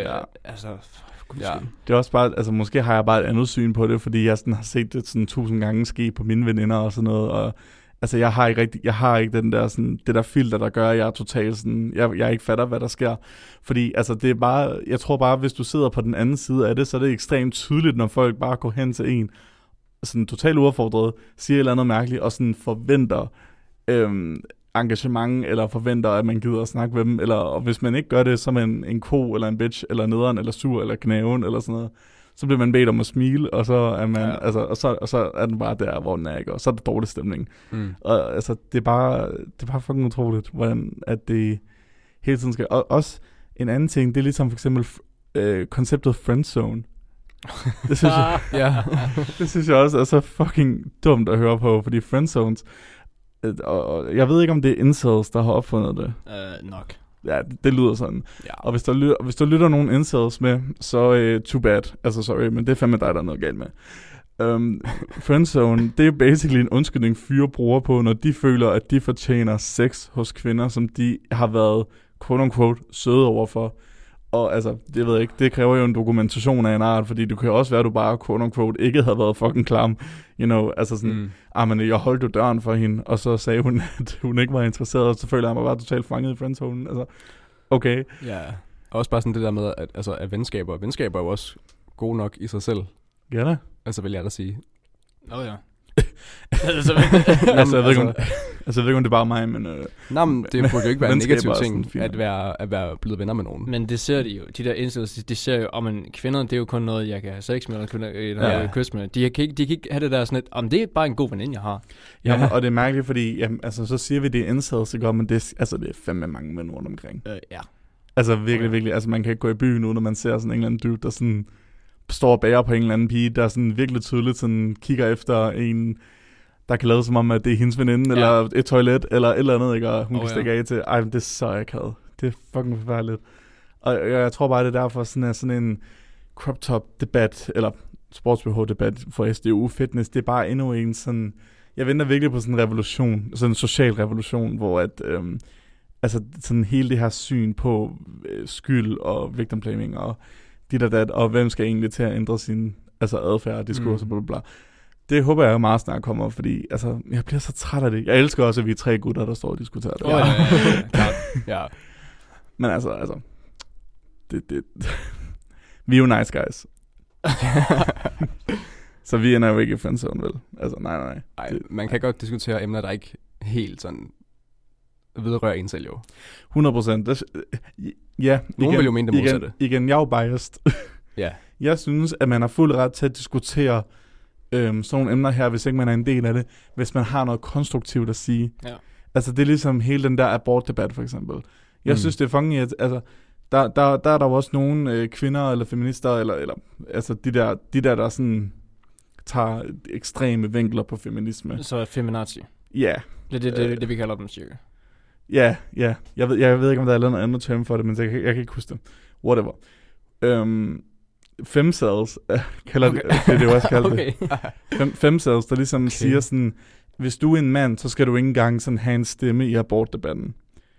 [SPEAKER 1] Det er også bare, altså måske har jeg bare et andet syn på det, fordi jeg sådan har set det sådan 1000 gange ske på mine veninder og sådan noget, og altså jeg har ikke den der sådan, det der filter, der gør, at jeg er totalt sådan, jeg ikke fatter, hvad der sker. Fordi altså det er bare, jeg tror bare, hvis du sidder på den anden side af det, så er det ekstremt tydeligt, når folk bare går hen til en, sådan totalt uaffordret, siger et eller andet mærkeligt, og sådan forventer engagement, eller forventer, at man gider at snakke med dem, og hvis man ikke gør det, så er man en ko, eller en bitch, eller nederen, eller sur, eller knaven, eller sådan noget. Så bliver man bedt om at smile, og så er man, og så er den bare der, hvor den er, ikke? Og så er det dårlig stemning. Og altså, det er bare fucking utroligt, hvordan at det hele tiden skal. Og også en anden ting, det er ligesom for eksempel konceptet friendzone. Det synes jeg, det synes jeg også er så fucking dumt at høre på, fordi friendzones, og jeg ved ikke, om det er incels, der har opfundet det.
[SPEAKER 5] Nok.
[SPEAKER 1] Ja, det lyder sådan. Ja. Og hvis der lytter nogen incels med, så too bad. Altså sorry, men det er fandme dig, der er noget galt med. Friendzone, det er basically en undskyldning fyre bruger på, når de føler, at de fortjener sex hos kvinder, som de har været quote-unquote søde overfor. Og altså, det ved jeg ikke, det kræver jo en dokumentation af en art, fordi det kan jo også være, at du bare quote-unquote ikke havde været fucking klam. You know, altså sådan, men jeg holdt jo døren for hende, og så sagde hun, at hun ikke var interesseret, og så føler jeg mig bare totalt fanget i friendzonen. Altså, okay.
[SPEAKER 2] Ja, og også bare sådan det der med, at venskaber er jo også gode nok i sig selv.
[SPEAKER 1] Ja da.
[SPEAKER 2] Altså, vil jeg da sige.
[SPEAKER 5] Ja.
[SPEAKER 1] Jeg ved ikke, om det er bare mig, men...
[SPEAKER 2] men det burde jo ikke være en negativ ting, at være blevet venner med nogen.
[SPEAKER 5] Men det ser de jo. De der incels, de ser jo, kvinder, det er jo kun noget, jeg kan have sex med, eller kysse med. De kan ikke have det der sådan et, det er bare en god veninde, jeg har.
[SPEAKER 1] Ja, og det er mærkeligt, fordi, jamen, altså, så siger vi, det er incels, ikke? Men det er fandme mange mænd rundt omkring.
[SPEAKER 5] Ja.
[SPEAKER 1] Altså, virkelig, altså, man kan ikke gå i byen nu, når man ser sådan en eller anden dude, der sådan står og bærer på en eller anden pige, der sådan virkelig tydeligt sådan kigger efter en, der kan lade som om, at det er hendes veninde, eller et toilet, eller et eller andet, ikke? Og hun kan stikke af til. Det er så akavet. Det er fucking forfærdeligt. Og jeg tror bare, det er derfor sådan en crop top debat, eller sports-BH debat for SDU Fitness, det er bare endnu en sådan, jeg venter virkelig på sådan en revolution, sådan en social revolution, hvor at, altså sådan hele det her syn på skyld og victim blaming og dit og dat, og hvem skal egentlig til at ændre sin adfærd og diskurs og bla bla. Det håber jeg meget snart kommer, fordi altså, jeg bliver så træt af det. Jeg elsker også, at vi er 3 gutter, der står og diskuterer det.
[SPEAKER 2] Ja.
[SPEAKER 1] Men altså det vi er jo nice guys. Så vi ender jo ikke i friendzone, vel? Altså, nej.
[SPEAKER 2] Ej, man kan godt diskutere emner, der ikke helt sådan vedrører en selv jo.
[SPEAKER 1] 100%. Ja,
[SPEAKER 2] Nogen vil jo mene det modsatte.
[SPEAKER 1] Igen, jeg er jo biased.
[SPEAKER 2] Ja.
[SPEAKER 1] Jeg synes, at man har fuld ret til at diskutere sådan nogle emner her, hvis ikke man er en del af det, hvis man har noget konstruktivt at sige.
[SPEAKER 5] Ja.
[SPEAKER 1] Altså, det er ligesom hele den der abortdebat, for eksempel. Jeg synes, det er fucking, altså, der er der jo også nogle kvinder eller feminister, eller altså de der sådan tager ekstreme vinkler på feminisme.
[SPEAKER 5] Så feminazi.
[SPEAKER 1] Ja.
[SPEAKER 5] Det vi kalder dem cirka.
[SPEAKER 1] Ja. Jeg ved ikke, om der er noget andet term for det, men jeg kan ikke huske det. Whatever. Femcells kalder det jo også kaldt
[SPEAKER 5] Okay.
[SPEAKER 1] det. Femcells, der ligesom siger sådan, hvis du er en mand, så skal du ikke engang sådan have en stemme i abortdebatten.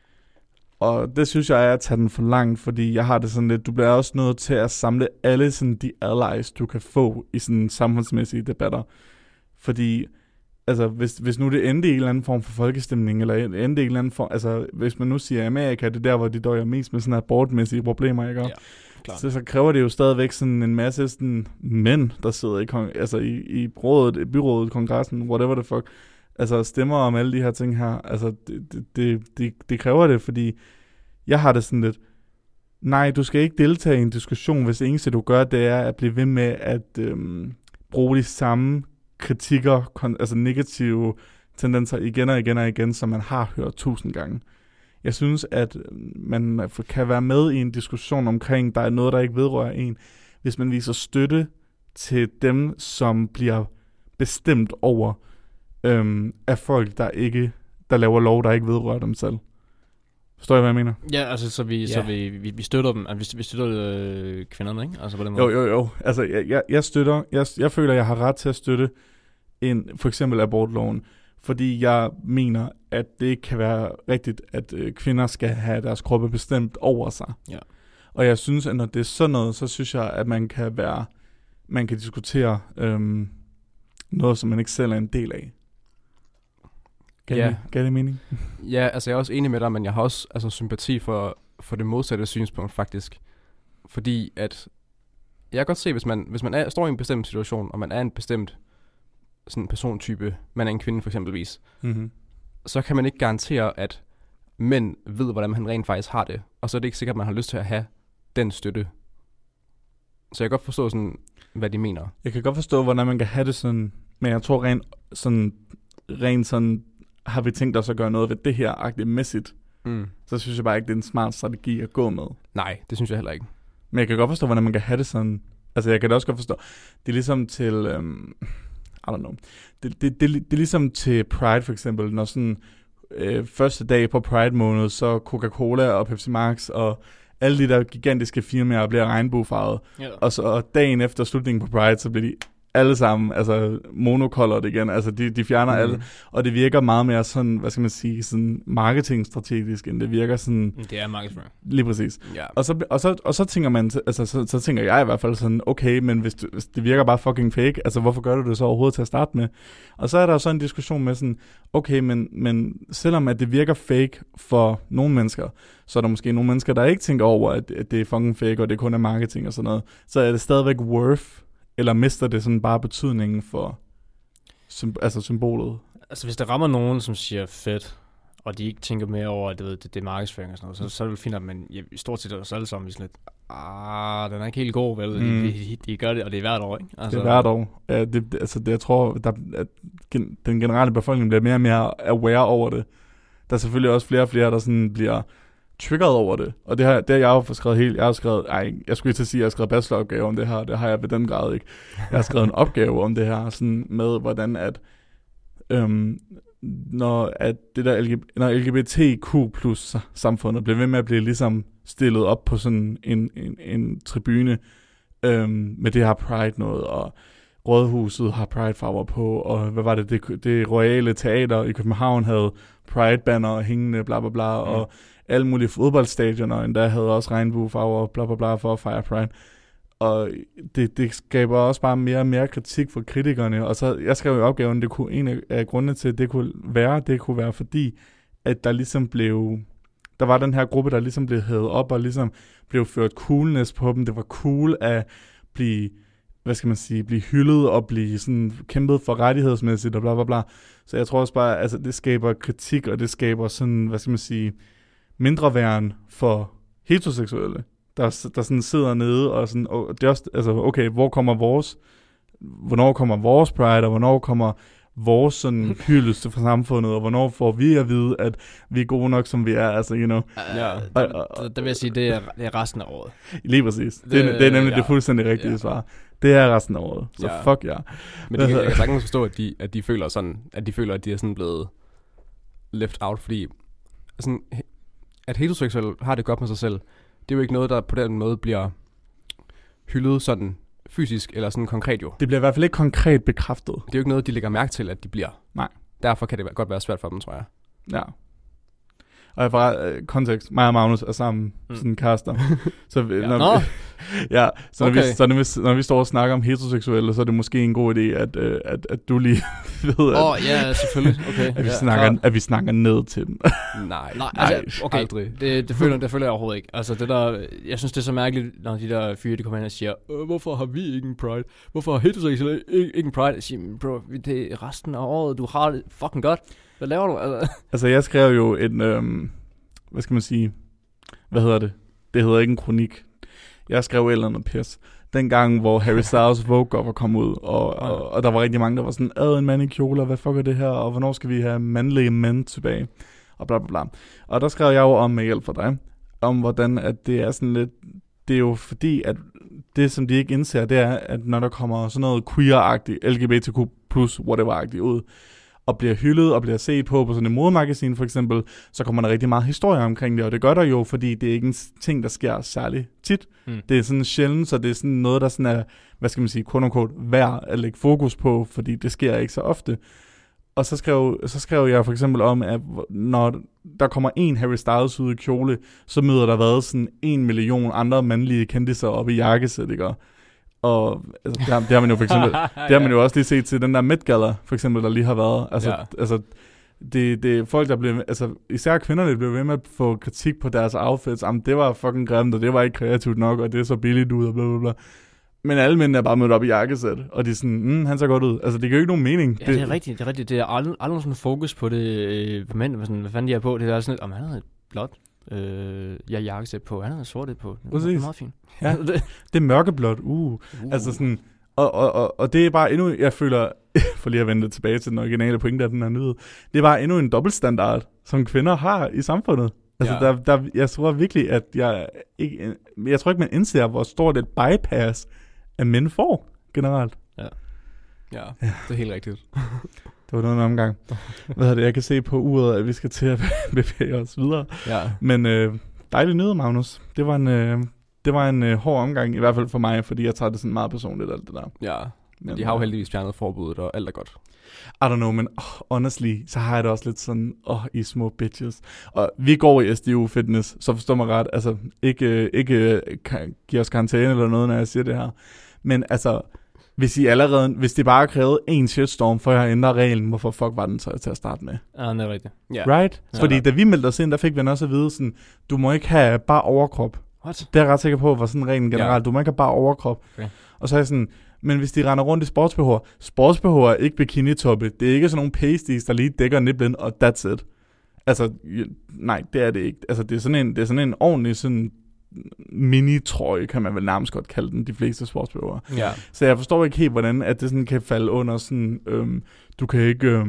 [SPEAKER 1] Og det synes jeg er at tage den for langt, fordi jeg har det sådan lidt, du bliver også nødt til at samle alle sådan de allies, du kan få i sådan samfundsmæssige debatter. Fordi, altså, hvis nu det endte i en eller anden form for folkestemning, eller endte i en eller anden form, altså, hvis man nu siger Amerika, det er der, hvor de døjer mest med sådan abortmæssige problemer, ikke?
[SPEAKER 5] Ja,
[SPEAKER 1] så kræver det jo stadigvæk sådan en masse sådan mænd, der sidder i byrådet, kongressen, whatever the fuck, altså stemmer om alle de her ting her. Altså, det kræver det, fordi jeg har det sådan lidt, nej, du skal ikke deltage i en diskussion, hvis det eneste du gør, det er at blive ved med at bruge de samme kritikker, altså negative tendenser igen og igen, som man har hørt 1000 gange. Jeg synes, at man kan være med i en diskussion omkring, der er noget, der ikke vedrører en, hvis man viser støtte til dem, som bliver bestemt over af folk, der laver lov, der ikke vedrører dem selv. Forstår jeg, hvad jeg mener?
[SPEAKER 5] Ja, altså så vi støtter dem, altså vi støtter kvinderne, ikke? Altså på den
[SPEAKER 1] måde. Jo. Altså jeg føler, jeg har ret til at støtte for eksempel abortloven, fordi jeg mener, at det ikke kan være rigtigt, at kvinder skal have deres kroppe bestemt over sig.
[SPEAKER 5] Ja.
[SPEAKER 1] Og jeg synes, at når det er sådan noget, så synes jeg, at man kan diskutere noget, som man ikke selv er en del af. Gav det mening?
[SPEAKER 2] Ja, altså jeg er også enig med dig, men jeg har også altså, sympati for det modsatte synspunkt faktisk. Fordi at jeg kan godt se, hvis man står i en bestemt situation, og man er en bestemt sådan persontype, man er en kvinde for eksempelvis, så kan man ikke garantere, at mænd ved, hvordan man rent faktisk har det. Og så er det ikke sikkert, at man har lyst til at have den støtte. Så jeg kan godt forstå, sådan, hvad de mener. Jeg
[SPEAKER 1] kan godt forstå, hvordan man kan have det sådan, men jeg tror rent sådan har vi tænkt os at gøre noget ved det her agtigt-mæssigt. Så synes jeg bare ikke, det er en smart strategi at gå med.
[SPEAKER 2] Nej, det synes jeg heller ikke.
[SPEAKER 1] Men jeg kan godt forstå, hvordan man kan have det sådan. Altså jeg kan da også godt forstå, det er ligesom til I don't know. Det er ligesom til Pride for eksempel, når sådan første dag på Pride måned, så Coca-Cola og Pepsi Max og alle de der gigantiske firmaer bliver regnbuefarvet. Yeah. Og så dagen efter slutningen på Pride, så bliver de alle sammen, altså monocolored igen, altså de fjerner alle, og det virker meget mere sådan, hvad skal man sige, sådan marketingstrategisk, end det virker sådan...
[SPEAKER 5] Det er markedsføring.
[SPEAKER 1] Lige præcis. Yeah. Og så tænker man, altså så tænker jeg i hvert fald sådan, okay, men hvis det virker bare fucking fake, altså hvorfor gør du det så overhovedet til at starte med? Og så er der jo sådan en diskussion med sådan, okay, men selvom at det virker fake for nogle mennesker, så er der måske nogle mennesker, der ikke tænker over, at det er fucking fake, og det kun er marketing og sådan noget, så er det stadigvæk worth. Eller mister det sådan bare betydningen for symbolet?
[SPEAKER 5] Altså hvis der rammer nogen, som siger fedt, og de ikke tænker mere over, at det er markedsføring og sådan noget, så er det fint, men i stort set er det alle sammen sådan lidt, den er ikke helt god, vel? De gør det, og det er hvert år, ikke? Altså,
[SPEAKER 1] det er hvert år. Jeg tror, at den generelle befolkning bliver mere og mere aware over det. Der er selvfølgelig også flere og flere, der sådan bliver triggeret over det. Og det har jeg jo skrevet helt. Jeg skulle ikke til at sige, at jeg har skrevet bacheloropgave om det her. Det har jeg ved den grad ikke. Jeg har skrevet en opgave om det her, sådan med hvordan at når LGBTQ plus samfundet bliver ved med at blive ligesom stillet op på sådan en tribune med det her Pride noget, og Rådhuset har Pride-farver på, og hvad var det Royale Teater i København havde Pride-banner hængende, bla bla bla, og alle mulige fodboldstadioner endda havde også regnbuefarver, bla bla bla, for at fejre Pride. Og det skaber også bare mere og mere kritik fra kritikerne. Og så, jeg skrev i opgaven, en af grundene til, at det kunne være fordi, at der ligesom der var den her gruppe, der ligesom blev hævet op, og ligesom blev ført coolness på dem. Det var cool at blive, hvad skal man sige, blive hyldet og blive sådan kæmpet for rettighedsmæssigt og bla bla bla. Så jeg tror også bare, altså det skaber kritik, og det skaber sådan, hvad skal man sige, mindre væren for heteroseksuelle, der sådan sidder nede, og sådan, og det er også, altså okay, hvornår kommer vores pride, og hvornår kommer vores sådan hyldest for samfundet, og hvornår får vi at vide, at vi er gode nok, som vi er, altså, you know.
[SPEAKER 5] Ja, der vil jeg sige, det er resten af året.
[SPEAKER 1] Lige præcis. Det er nemlig det fuldstændig rigtige svar. Det er resten af året, så fuck ja.
[SPEAKER 2] Men jeg kan sagtens forstå, at de føler sådan, at de er sådan blevet left out, fordi sådan, at heteroseksuelle har det godt med sig selv, det er jo ikke noget, der på den måde bliver hyldet sådan fysisk eller sådan konkret jo.
[SPEAKER 1] Det bliver i hvert fald ikke konkret bekræftet.
[SPEAKER 2] Det er jo ikke noget, de lægger mærke til, at de bliver.
[SPEAKER 1] Nej.
[SPEAKER 2] Derfor kan det godt være svært for dem, tror jeg.
[SPEAKER 1] Ja. Og fra kontekst, mig og Magnus er sammen sådan kærester. Så når vi står og snakker om heteroseksuelle, så er det måske en god idé, at du lige ved,
[SPEAKER 5] ja, selvfølgelig. Okay.
[SPEAKER 1] At vi snakker ned til dem.
[SPEAKER 2] Nej,
[SPEAKER 5] altså, okay.
[SPEAKER 2] Aldrig.
[SPEAKER 5] Det føler jeg overhovedet ikke. Altså det der, jeg synes det er så mærkeligt, når de der fyre, de kommer ind og siger, hvorfor har vi ikke en pride? Hvorfor har heteroseksuelle ikke en pride? Jeg siger, bro, det er resten af året, du har det fucking godt. Hvad laver du?
[SPEAKER 1] Altså jeg skrev jo en, hvad skal man sige, hvad hedder det? Det hedder ikke en kronik. Jeg skrev et eller andet pis. Dengang, hvor Harry Styles Vogue var kommet ud, og der var rigtig mange, der var sådan, en mand i kjole, hvad fuck er det her, og hvornår skal vi have mandlige mænd tilbage, og bla bla bla. Og der skrev jeg jo om med hjælp for dig, om hvordan at det er sådan lidt, det er jo fordi, at det som de ikke indser, det er, at når der kommer sådan noget queer-agtigt, LGBTQ+, whatever-agtigt ud, og bliver hyldet og bliver set på sådan et modemagasin for eksempel, så kommer der rigtig meget historie omkring det, og det gør der jo, fordi det er ikke en ting, der sker særlig tit. Det er sådan sjældent, så det er sådan noget, der sådan er, hvad skal man sige, quote-unquote, værd at lægge fokus på, fordi det sker ikke så ofte. Og så skrev jeg for eksempel om, at når der kommer en Harry Styles ud i kjole, så møder der været sådan 1 million andre mandlige kendiser oppe i jakkesæt, ikke? Og altså, det har man jo for eksempel, det har man jo også lige set til den der Met Gala, for eksempel, der lige har været. Altså det er folk, der bliver, altså især kvinderne bliver ved med at få kritik på deres outfits. Jamen, det var fucking grimt, og det var ikke kreativt nok, og det er så billigt ud, og bla bla bla. Men alle mændene er bare mødt op i jakkesæt, og de er sådan, han ser godt ud. Altså, det giver jo ikke nogen mening.
[SPEAKER 5] Ja, det er rigtigt. Det er aldrig sådan fokus på det, på mænd, hvad fanden de er på. Det er sådan lidt, han havde et blåt jakkesæt på, han havde sortet på. Det er meget fint.
[SPEAKER 1] Ja, det er mørkeblåt. Altså sådan, og det er bare endnu, jeg føler, for lige at vende tilbage til den originale pointe af den her nyhed, det er bare endnu en dobbeltstandard, som kvinder har i samfundet. Altså, jeg tror virkelig, at jeg tror ikke, man indser, hvor stort et bypass, at mænd får generelt.
[SPEAKER 2] Ja, det er helt rigtigt.
[SPEAKER 1] Det var noget en omgang. Hvad er det? Jeg kan se på uret, at vi skal til at bevæge os videre.
[SPEAKER 2] Ja.
[SPEAKER 1] Men dejlig nyhed, Magnus. Det var en hård omgang, i hvert fald for mig, fordi jeg tager det sådan meget personligt, alt det der.
[SPEAKER 2] Ja, men de har jo heldigvis fjernet forbuddet, og alt er godt.
[SPEAKER 1] I don't know, men honestly, så har jeg det også lidt sådan, I små bitches. Og vi går i SDU Fitness, så forstår mig ret, altså ikke give os karantæne eller noget, når jeg siger det her. Men altså, hvis de bare krævede en shitstorm, for at ændre reglen, hvorfor fuck var den så til at starte med?
[SPEAKER 5] Ja, det er rigtigt.
[SPEAKER 2] Yeah.
[SPEAKER 1] Right? Ja. Fordi da vi meldte os ind, der fik vi også at vide sådan, du må ikke have bare overkrop.
[SPEAKER 5] What?
[SPEAKER 1] Det er jeg ret sikker på, var sådan reglen generelt. Yeah. Du må ikke have bare overkrop. Okay. Og så er jeg sådan, men hvis de render rundt i sportsbehår er ikke bikini-toppe. Det er ikke sådan nogle pasties, der lige dækker niblen, og that's it. Altså, nej, det er det ikke. Altså, det er sådan en ordentlig sådan mini-trøje, kan man vel nærmest godt kalde den, de fleste sportsbehårer.
[SPEAKER 2] Ja.
[SPEAKER 1] Så jeg forstår ikke helt, hvordan at det sådan kan falde under sådan, du kan ikke,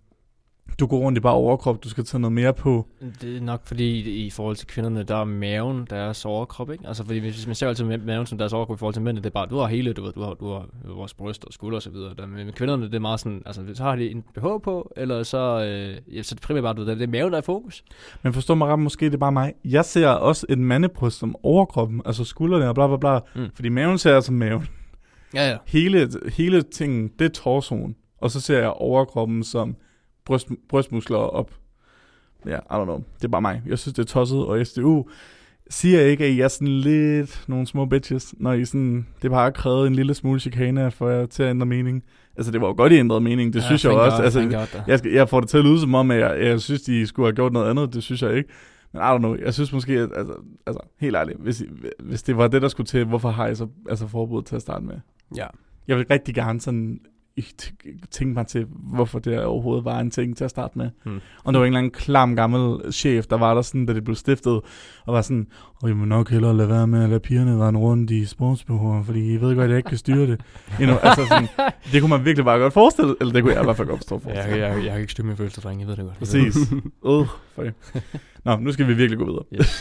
[SPEAKER 1] du går rundt i bare overkrop, du skal tage noget mere på.
[SPEAKER 5] Det er nok fordi, i forhold til kvinderne, der er maven deres overkrop, ikke? Altså fordi hvis man ser altid maven som deres overkrop i forhold til mændene, det er bare, du har hele, du har vores bryst og skulder og så videre. Men kvinderne, det er meget sådan, altså så har de en BH på, eller så, så det primært bare, det er maven, der er i fokus. Men
[SPEAKER 1] forstå mig ret, måske det er bare mig. Jeg ser også et mandebryst som overkroppen, altså skuldrene og bla bla bla, fordi maven ser jeg som maven.
[SPEAKER 5] Ja.
[SPEAKER 1] Hele tingen, det er torsoen, og så ser jeg overkroppen som brystmuskler op. Ja, I don't know. Det er bare mig. Jeg synes, det er tosset, og SDU siger ikke, at I er sådan lidt nogle små bitches, når I sådan, det bare har krævet en lille smule chikane for jer til at ændre mening. Altså, det var jo godt, I ændrede mening. Det synes jeg også. Altså, jeg får det til at lyde som om, at jeg synes, de skulle have gjort noget andet. Det synes jeg ikke. Men I don't know, jeg synes måske, at, altså helt ærligt, hvis det var det, der skulle til, hvorfor har jeg så forbud til at starte med?
[SPEAKER 2] Ja.
[SPEAKER 1] Jeg vil rigtig gerne sådan tænke mig til, hvorfor det overhovedet var en ting til at starte med. Og der var en eller anden klam gammel chef, der var der sådan, da det blev stiftet, og var sådan, vi må nok hellere lade være med at lade pigerne rende rundt i sportsbehover, fordi I ved godt, at jeg ikke kan styre det. Altså sådan, det kunne man virkelig bare godt forestille, eller det kunne jeg i hvert fald godt forestille.
[SPEAKER 5] Jeg kan ikke styre mine følelser, drenge, jeg ved det godt.
[SPEAKER 1] Præcis. Nå, nu skal vi virkelig gå videre.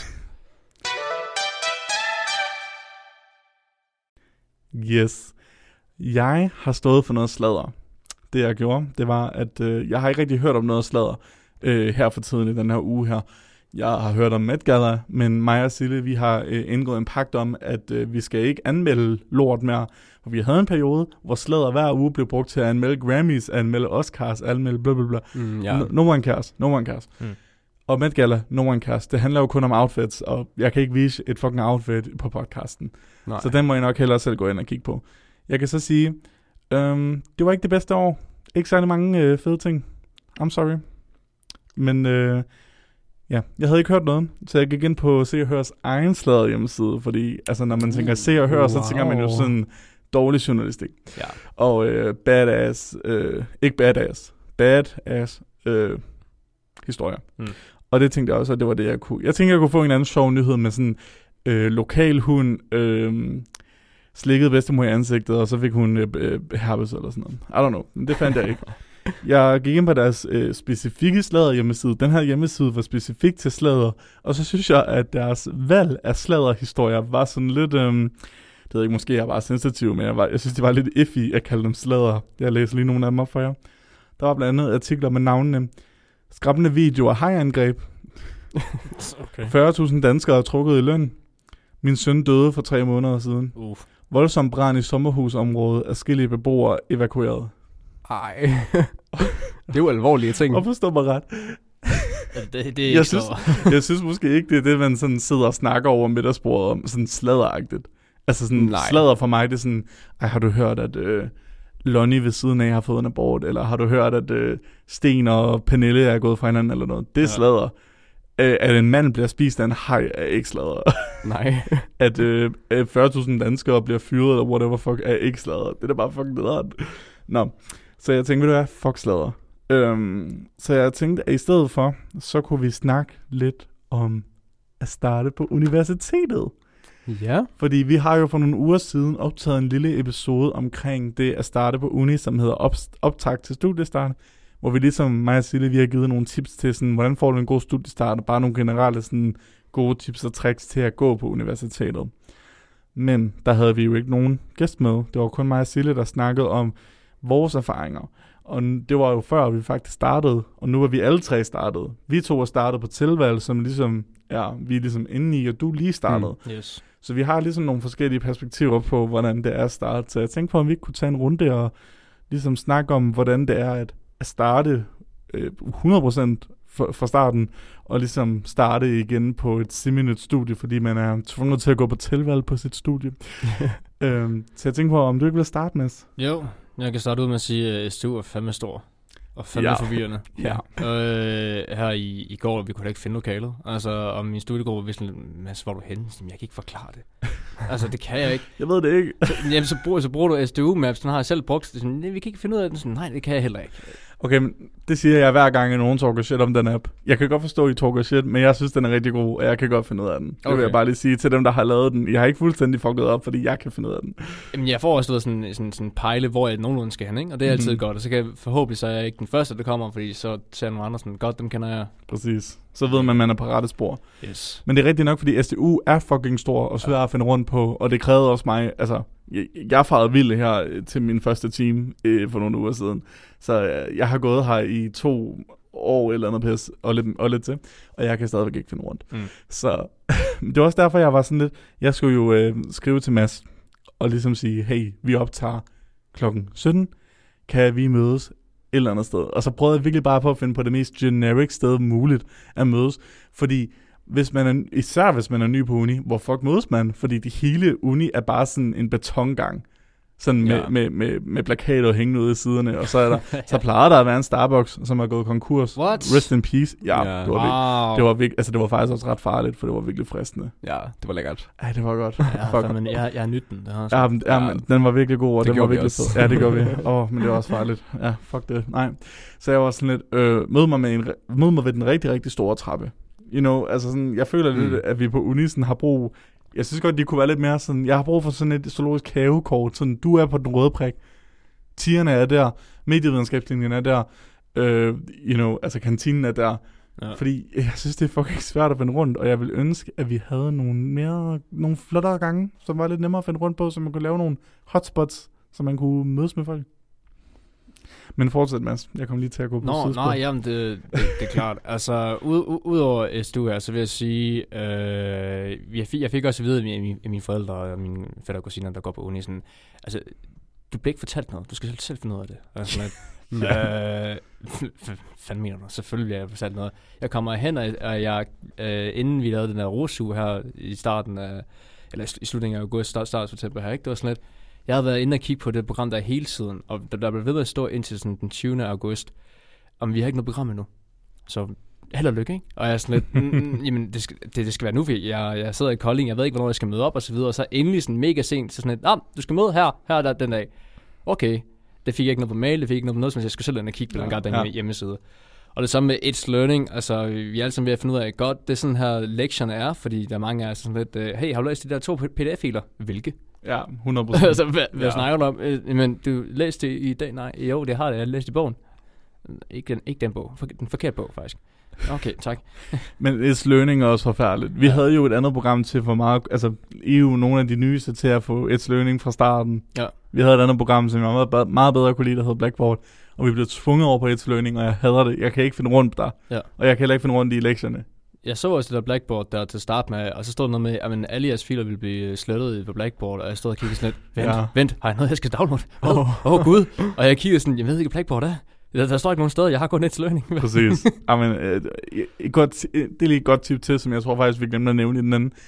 [SPEAKER 1] Yes. Jeg har stået for noget sladder. Det jeg gjorde, det var, at jeg har ikke rigtig hørt om noget sladder her for tiden i den her uge her. Jeg har hørt om Met Gala, men mig og Sille, vi har indgået en pagt om, at vi skal ikke anmelde lort mere. For vi havde en periode, hvor sladder hver uge blev brugt til at anmelde Grammys, anmelde Oscars, anmelde blablabla. No one cares. Og Met Gala, no one cares. Det handler jo kun om outfits, og jeg kan ikke vise et fucking outfit på podcasten. Nej. Så den må jeg nok hellere selv gå ind og kigge på. Jeg kan så sige, det var ikke det bedste år. Ikke særlig mange fede ting. I'm sorry. Men jeg havde ikke hørt noget, så jeg gik ind på Se og Hørs egen sladder hjemmeside, fordi altså, når man tænker Se og Hør, så tænker man jo sådan dårlig journalistik. Ja. Og badass historier. Og det tænkte jeg også, at det var det, jeg kunne. Jeg tænkte, jeg kunne få en anden sjov nyhed med sådan lokal hund, slikket bedstemor i ansigtet, og så fik hun herpes eller sådan noget. I don't know, men det fandt jeg ikke. Jeg gik ind på deres specifikke sladder hjemmeside. Den her hjemmeside var specifik til sladder, og så synes jeg, at deres valg af sladderhistorier var sådan lidt, det ved ikke, måske jeg var sensitiv, men jeg synes, det var lidt iffy at kalde dem sladder. Jeg læser lige nogle af dem op for jer. Der var blandt andet artikler med navnene: skræmmende videoer af hajangreb. Okay. 40.000 danskere er trukket i løn. Min søn døde for 3 måneder siden. Voldsom brand i sommerhusområdet. Adskillige beboere evakueret.
[SPEAKER 2] Ej. Det er jo alvorlige ting.
[SPEAKER 1] Og forstå mig ret.
[SPEAKER 5] Det
[SPEAKER 1] jeg synes måske ikke, det er det, man sådan sidder og snakker over middagsbordet om. Sådan sladderagtigt. Altså sådan sladder for mig, det er sådan, har du hørt, at Lonnie ved siden af har fået en abort? Eller har du hørt, at Sten og Pernille er gået fra hinanden eller noget? Det er sladder. At en mand bliver spist af en haj er ikke sladder.
[SPEAKER 2] Nej.
[SPEAKER 1] At 40.000 danskere bliver fyret eller whatever fuck er ikke sladder. Det er da bare fucking nederen. Nå, så jeg tænkte, ved du hvad, fuck sladder. Så jeg tænkte, at i stedet for, så kunne vi snakke lidt om at starte på universitetet.
[SPEAKER 2] Ja.
[SPEAKER 1] Fordi vi har jo for nogle uger siden optaget en lille episode omkring det at starte på uni, som hedder optakt til studiestart, hvor vi ligesom mig og Sille, vi har givet nogle tips til sådan, hvordan får du en god studiestart, og bare nogle generelle sådan gode tips og tricks til at gå på universitetet. Men der havde vi jo ikke nogen gæst med. Det var kun mig og Sille, der snakkede om vores erfaringer. Og det var jo før vi faktisk startede, og nu er vi alle 3 startet. Vi 2 er startet på tilvalg, som ligesom, vi er ligesom inde i, og du lige startede.
[SPEAKER 5] Yes.
[SPEAKER 1] Så vi har ligesom nogle forskellige perspektiver på, hvordan det er at starte. Så jeg tænkte på, om vi ikke kunne tage en runde og ligesom snakke om, hvordan det er at starte 100% fra starten, og ligesom starte igen på et semi-nyt studie, fordi man er tvunget til at gå på tilvalg på sit studie. Så jeg tænkte på, om du ikke vil starte, Mads?
[SPEAKER 5] Jo, jeg kan starte ud med at sige, at STU er fandme stor. Og fandme forvirrende.
[SPEAKER 1] Ja.
[SPEAKER 5] Her i går, vi kunne da ikke finde lokalet. Altså, om min studiegruppe var sådan, Mads, hvor er du henne? Jeg kan ikke forklare det. Altså, det kan jeg ikke.
[SPEAKER 1] Jeg ved det ikke.
[SPEAKER 5] Jamen, så bruger du STU Maps, den har jeg selv brugt. Sådan, vi kan ikke finde ud af den. Sådan, nej, det kan jeg heller ikke.
[SPEAKER 1] Okay, men det siger jeg hver gang, at nogen talker shit om den app. Jeg kan godt forstå, at I talker shit, men jeg synes, den er rigtig god, og jeg kan godt finde ud af den. Det vil jeg bare lige sige til dem, der har lavet den. Jeg har ikke fuldstændig fucket op, fordi jeg kan finde ud af den.
[SPEAKER 5] Jamen, jeg får også sådan pejle, hvor jeg nogenlunde skal hen, ikke? Og det er altid godt. Og så kan jeg forhåbentlig, så er jeg ikke den første, der kommer, fordi så ser nogle andre sådan, godt, dem kender jeg.
[SPEAKER 1] Præcis. Så ved man, at man er på rette spor.
[SPEAKER 5] Yes.
[SPEAKER 1] Men det er rigtigt nok, fordi STU er fucking stor og svær at finde rundt på, og det krævede også mig, altså, jeg farede vildt her til min første time for nogle uger siden. Så jeg har gået her i 2 år eller andet pis, og lidt til, og jeg kan stadigvæk ikke finde rundt. Så det var også derfor, jeg var sådan lidt, jeg skulle jo skrive til Mads, og ligesom sige, hey, vi optager klokken 17, kan vi mødes et eller andet sted? Og så prøvede jeg virkelig bare på at finde på det mest generic sted muligt at mødes, fordi især hvis man er ny på uni, hvor fuck mødes man? Fordi det hele uni er bare sådan en betongang. Sådan med plakater hængende ude i siderne, og så er der, så plejer der at være en Starbucks, som er gået konkurs.
[SPEAKER 5] What?
[SPEAKER 1] Rest in peace. Ja,
[SPEAKER 2] Ja.
[SPEAKER 1] det var faktisk også ret farligt, for det var virkelig fristende.
[SPEAKER 2] Ja, det var lækkert.
[SPEAKER 1] Ja, det var godt.
[SPEAKER 5] Jeg har nydt den. Det har
[SPEAKER 1] Men den var virkelig god, og
[SPEAKER 2] Det
[SPEAKER 1] den var
[SPEAKER 2] gjorde vi
[SPEAKER 1] virkelig
[SPEAKER 2] også.
[SPEAKER 1] fed. Ja, det gør vi. Men det var også farligt. Ja, fuck det. Nej. Så jeg var sådan lidt, mød mig ved den rigtig, rigtig store trappe. You know, altså sådan, jeg føler lidt, at vi på Unisen har brug. Jeg synes godt, de kunne være lidt mere sådan, jeg har brug for sådan et zoologisk havekort, sådan, du er på den røde prik, tierne er der, medievidenskabslinjen er der, altså kantinen er der, fordi jeg synes, det er fucking svært at finde rundt, og jeg vil ønske, at vi havde nogle flottere gange, som var lidt nemmere at finde rundt på, så man kunne lave nogle hotspots, så man kunne mødes med folk. Men fortsæt, Mads. Jeg kom lige til at gå på sidespor.
[SPEAKER 5] Nej, jamen det er klart. Altså, udover SDU her, så vil jeg sige, jeg fik også at vide af mine forældre og mine fætter og kusiner, der går på uni, sådan, altså, du bliver ikke fortalt noget. Du skal selv finde ud af det. Altså, fanden mener du? Selvfølgelig bliver jeg fortalt noget. Jeg kommer hen, og jeg, inden vi lavede den der rosuge her i starten af, eller i slutningen af august, start af september her, ikke? Det var sådan lidt, jeg havde været inde og kigge på det program der hele tiden, og der blev ved med at stå indtil sådan den 20. august, om vi har ikke noget program endnu. Så held og lykke, ikke? Og jeg er sådan lidt, jamen det skal være nu, fordi jeg sidder i Kolding, jeg ved ikke, hvornår jeg skal møde op, og så videre, og så endelig sådan mega sent, så sådan lidt, du skal møde her der den dag. Okay, det fik jeg ikke noget på mail, det fik ikke noget på noget, så jeg skulle selv ind og kigge på den gang hjemmeside. Og det samme med It's Learning, altså vi er alle sammen ved at finde ud af, godt det sådan her lektionerne er, fordi der er mange af os sådan lidt, hey, har du læst de der 2 PDF-filer? Hvilke?
[SPEAKER 1] Ja, 100%.
[SPEAKER 5] Altså, hvad snakker du om? Men du læste det i dag? Nej, jo, det har jeg. Jeg læste i bogen. Ikke den bog. Den forkerte bog, faktisk. Okay, tak.
[SPEAKER 1] Men It's Learning er også forfærdeligt. Vi havde jo et andet program til for meget, altså EU, nogle af de nyeste til at få It's Learning fra starten. Ja. Vi havde et andet program, som jeg meget bedre kunne lide, der hed Blackboard. Og vi blev tvunget over på It's Learning, og jeg hader det. Jeg kan ikke finde rundt der. Ja. Og jeg kan heller ikke finde rundt i lektierne. Jeg
[SPEAKER 5] så også det der Blackboard der til start med, og så stod der noget med, at alle jeres filer ville blive slettet på Blackboard, og jeg stod og kiggede sådan lidt, vent, har jeg noget, jeg skal downloade? Gud. Og jeg kiggede sådan, jeg ved ikke, hvad Blackboard er. Der står ikke nogen steder, jeg har kun It's Learning.
[SPEAKER 1] Præcis. Det er lige et godt tip til, som jeg tror faktisk, vi glemte at nævne i den anden.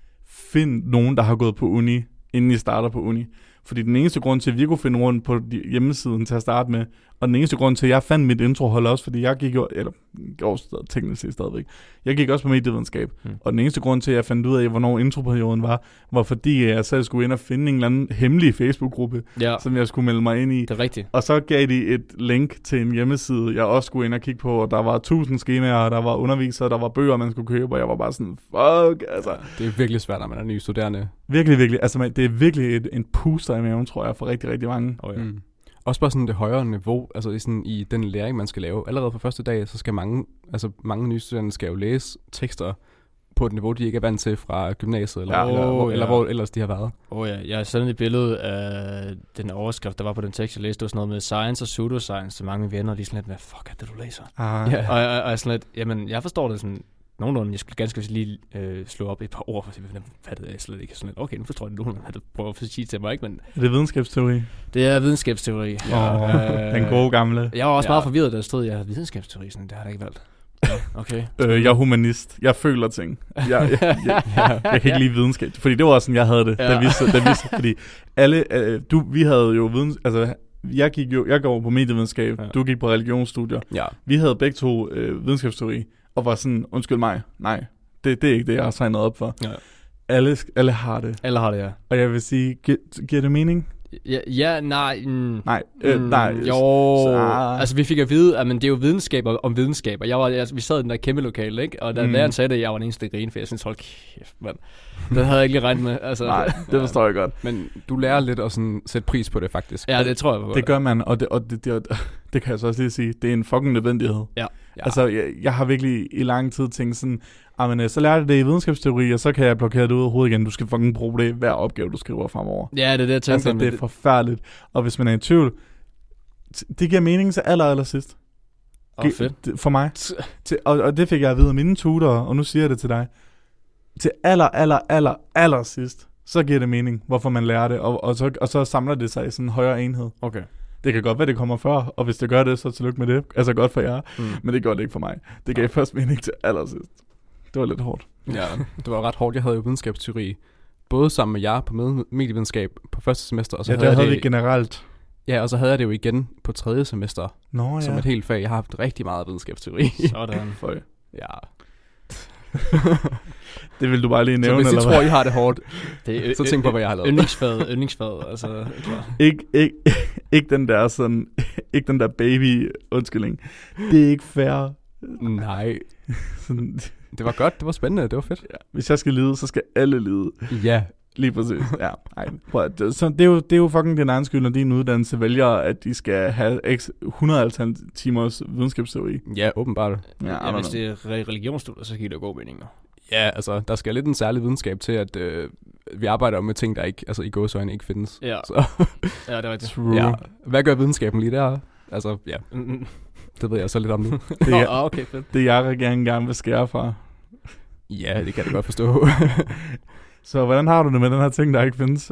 [SPEAKER 1] Find nogen, der har gået på uni, inden I starter på uni. Fordi den eneste grund til, at vi kunne finde rundt på hjemmesiden til at starte med, og den eneste grund til, at jeg fandt mit introhold også, fordi jeg gik jo, eller også teknisk set stadigvæk, jeg gik også på medievidenskab, og den eneste grund til, at jeg fandt ud af, hvornår introperioden var fordi jeg selv skulle ind og finde en eller anden hemmelig Facebook-gruppe, som jeg skulle melde mig ind i.
[SPEAKER 5] Det er rigtigt.
[SPEAKER 1] Og så gav de et link til en hjemmeside, jeg også skulle ind og kigge på, og der var 1000 skemaer, der var undervisere, der var bøger, man skulle købe, og jeg var bare sådan, fuck, altså.
[SPEAKER 2] Det er virkelig svært, når man er ny studerende.
[SPEAKER 1] Virkelig, virkelig. Altså, det er virkelig en puster i maven, tror jeg, for rigtig, rigtig mange.
[SPEAKER 2] Også bare sådan det højere niveau, altså i den læring, man skal lave. Allerede på første dag, så skal mange nye studerende skal jo læse tekster på et niveau, de ikke er vant til fra gymnasiet, eller hvor ellers de har været.
[SPEAKER 5] Jeg har sendt et billede af den overskrift, der var på den tekst, jeg læste. Det var sådan noget med science og pseudoscience, så mange af mine venner, de er sådan lidt, hvad fuck er det, du læser? Og jeg er sådan lidt, jamen, jeg forstår det sådan nogenlunde. Jeg skulle ganske lige slå op et par ord, for at se, hvad det er, jeg slet ikke sådan lidt. Okay, nu forstår jeg det nogenlunde, hvad du prøver at sige til mig, ikke? Men
[SPEAKER 1] er det videnskabsteori?
[SPEAKER 5] Det er videnskabsteori.
[SPEAKER 1] Den gode gamle.
[SPEAKER 5] Jeg var også meget forvirret, da der stod, jeg havde videnskabsteori, sådan, det har jeg ikke valgt. Okay.
[SPEAKER 1] Jeg er humanist. Jeg føler ting. Jeg kan ikke lide videnskab, fordi det var også sådan, jeg havde det, da vi fordi alle, vi havde jo jeg går over på medievidenskab, du gik på religionsstudier. Vi havde begge to videnskabsteori, og var sådan, undskyld mig, nej, det er ikke det, jeg har signet op for. Alle har det.
[SPEAKER 5] Alle har det, ja.
[SPEAKER 1] Og jeg vil sige, giver det mening?
[SPEAKER 5] Nej.
[SPEAKER 1] Nej.
[SPEAKER 5] Jo. Altså, vi fik at vide, at det er jo videnskab om videnskab. Og vi sad i den der kæmpe lokale, ikke? Og da læreren sagde det, jeg var den eneste grine, for jeg synes, hold kæft, mand. Det havde jeg ikke lige regnet med. Altså,
[SPEAKER 1] nej, det forstår jeg godt.
[SPEAKER 2] Men du lærer lidt at sådan sætte pris på det, faktisk.
[SPEAKER 5] Ja, det tror jeg på.
[SPEAKER 1] Det gør man, og det kan jeg så også lige sige, det er en fucking nødvendighed. Ja. Altså, jeg har virkelig i lang tid tænkt sådan, så lærer jeg det i videnskabsteori, og så kan jeg blokere det ud af hovedet igen. Du skal fucking bruge det hver opgave, du skriver fremover.
[SPEAKER 5] Ja, det er det, jeg tænker.
[SPEAKER 1] Altså, det er forfærdeligt. Og hvis man er i tvivl, det giver mening til aller sidst.
[SPEAKER 5] Fedt.
[SPEAKER 1] For mig. Og det fik jeg at vide af mine tutorer, og nu siger jeg det til dig. Til aller sidst, så giver det mening, hvorfor man lærer det, og så samler det sig i sådan en højere enhed.
[SPEAKER 5] Okay.
[SPEAKER 1] Det kan godt være, det kommer før, og hvis det gør det, så tillykke med det. Altså godt for jer, men det gør det ikke for mig. Det gav først mening til allersidst. Det var lidt hårdt.
[SPEAKER 2] Ja, det var ret hårdt. Jeg havde jo videnskabsteori både sammen med jer på medievidenskab på første semester, og så
[SPEAKER 1] det havde vi generelt.
[SPEAKER 2] Ja, og så havde jeg det jo igen på tredje semester, som et helt fag. Jeg har haft rigtig meget videnskabsteori.
[SPEAKER 5] Sådan.
[SPEAKER 2] Ja.
[SPEAKER 1] Det vil du bare lige nævne,
[SPEAKER 2] så hvis I tror, I har det hårdt,
[SPEAKER 5] det
[SPEAKER 2] så tænk på, hvad jeg har lavet.
[SPEAKER 5] Yndlingsfaget, altså.
[SPEAKER 1] Ikke den der sådan, ikke den der baby undskyldning. Det er ikke fair.
[SPEAKER 2] Nej.
[SPEAKER 1] Sådan.
[SPEAKER 2] Det var godt, det var spændende, det var fedt.
[SPEAKER 1] Ja. Hvis jeg skal lide, så skal alle lide.
[SPEAKER 2] Ja.
[SPEAKER 1] Lige præcis. Ja. Så det er jo fucking din egen skyld, når din uddannelse vælger, at de skal have 150 timers videnskabsteori.
[SPEAKER 2] Ja, åbenbart.
[SPEAKER 5] Ja, hvis det er religionsstudier, så giver det god mening.
[SPEAKER 2] Ja, altså, der skal lidt en særlig videnskab til, at vi arbejder med ting, der ikke, altså i gåseøjne ikke findes.
[SPEAKER 5] Ja,
[SPEAKER 2] så.
[SPEAKER 5] Ja, det var det.
[SPEAKER 2] Ja. Hvad gør videnskaben lige der? Altså, ja. Det ved jeg så lidt om nu.
[SPEAKER 5] Okay, fedt.
[SPEAKER 1] Det er jeg gerne vil skære fra.
[SPEAKER 2] Ja, det kan jeg godt forstå.
[SPEAKER 1] Så hvordan har du det med den her ting, der ikke findes?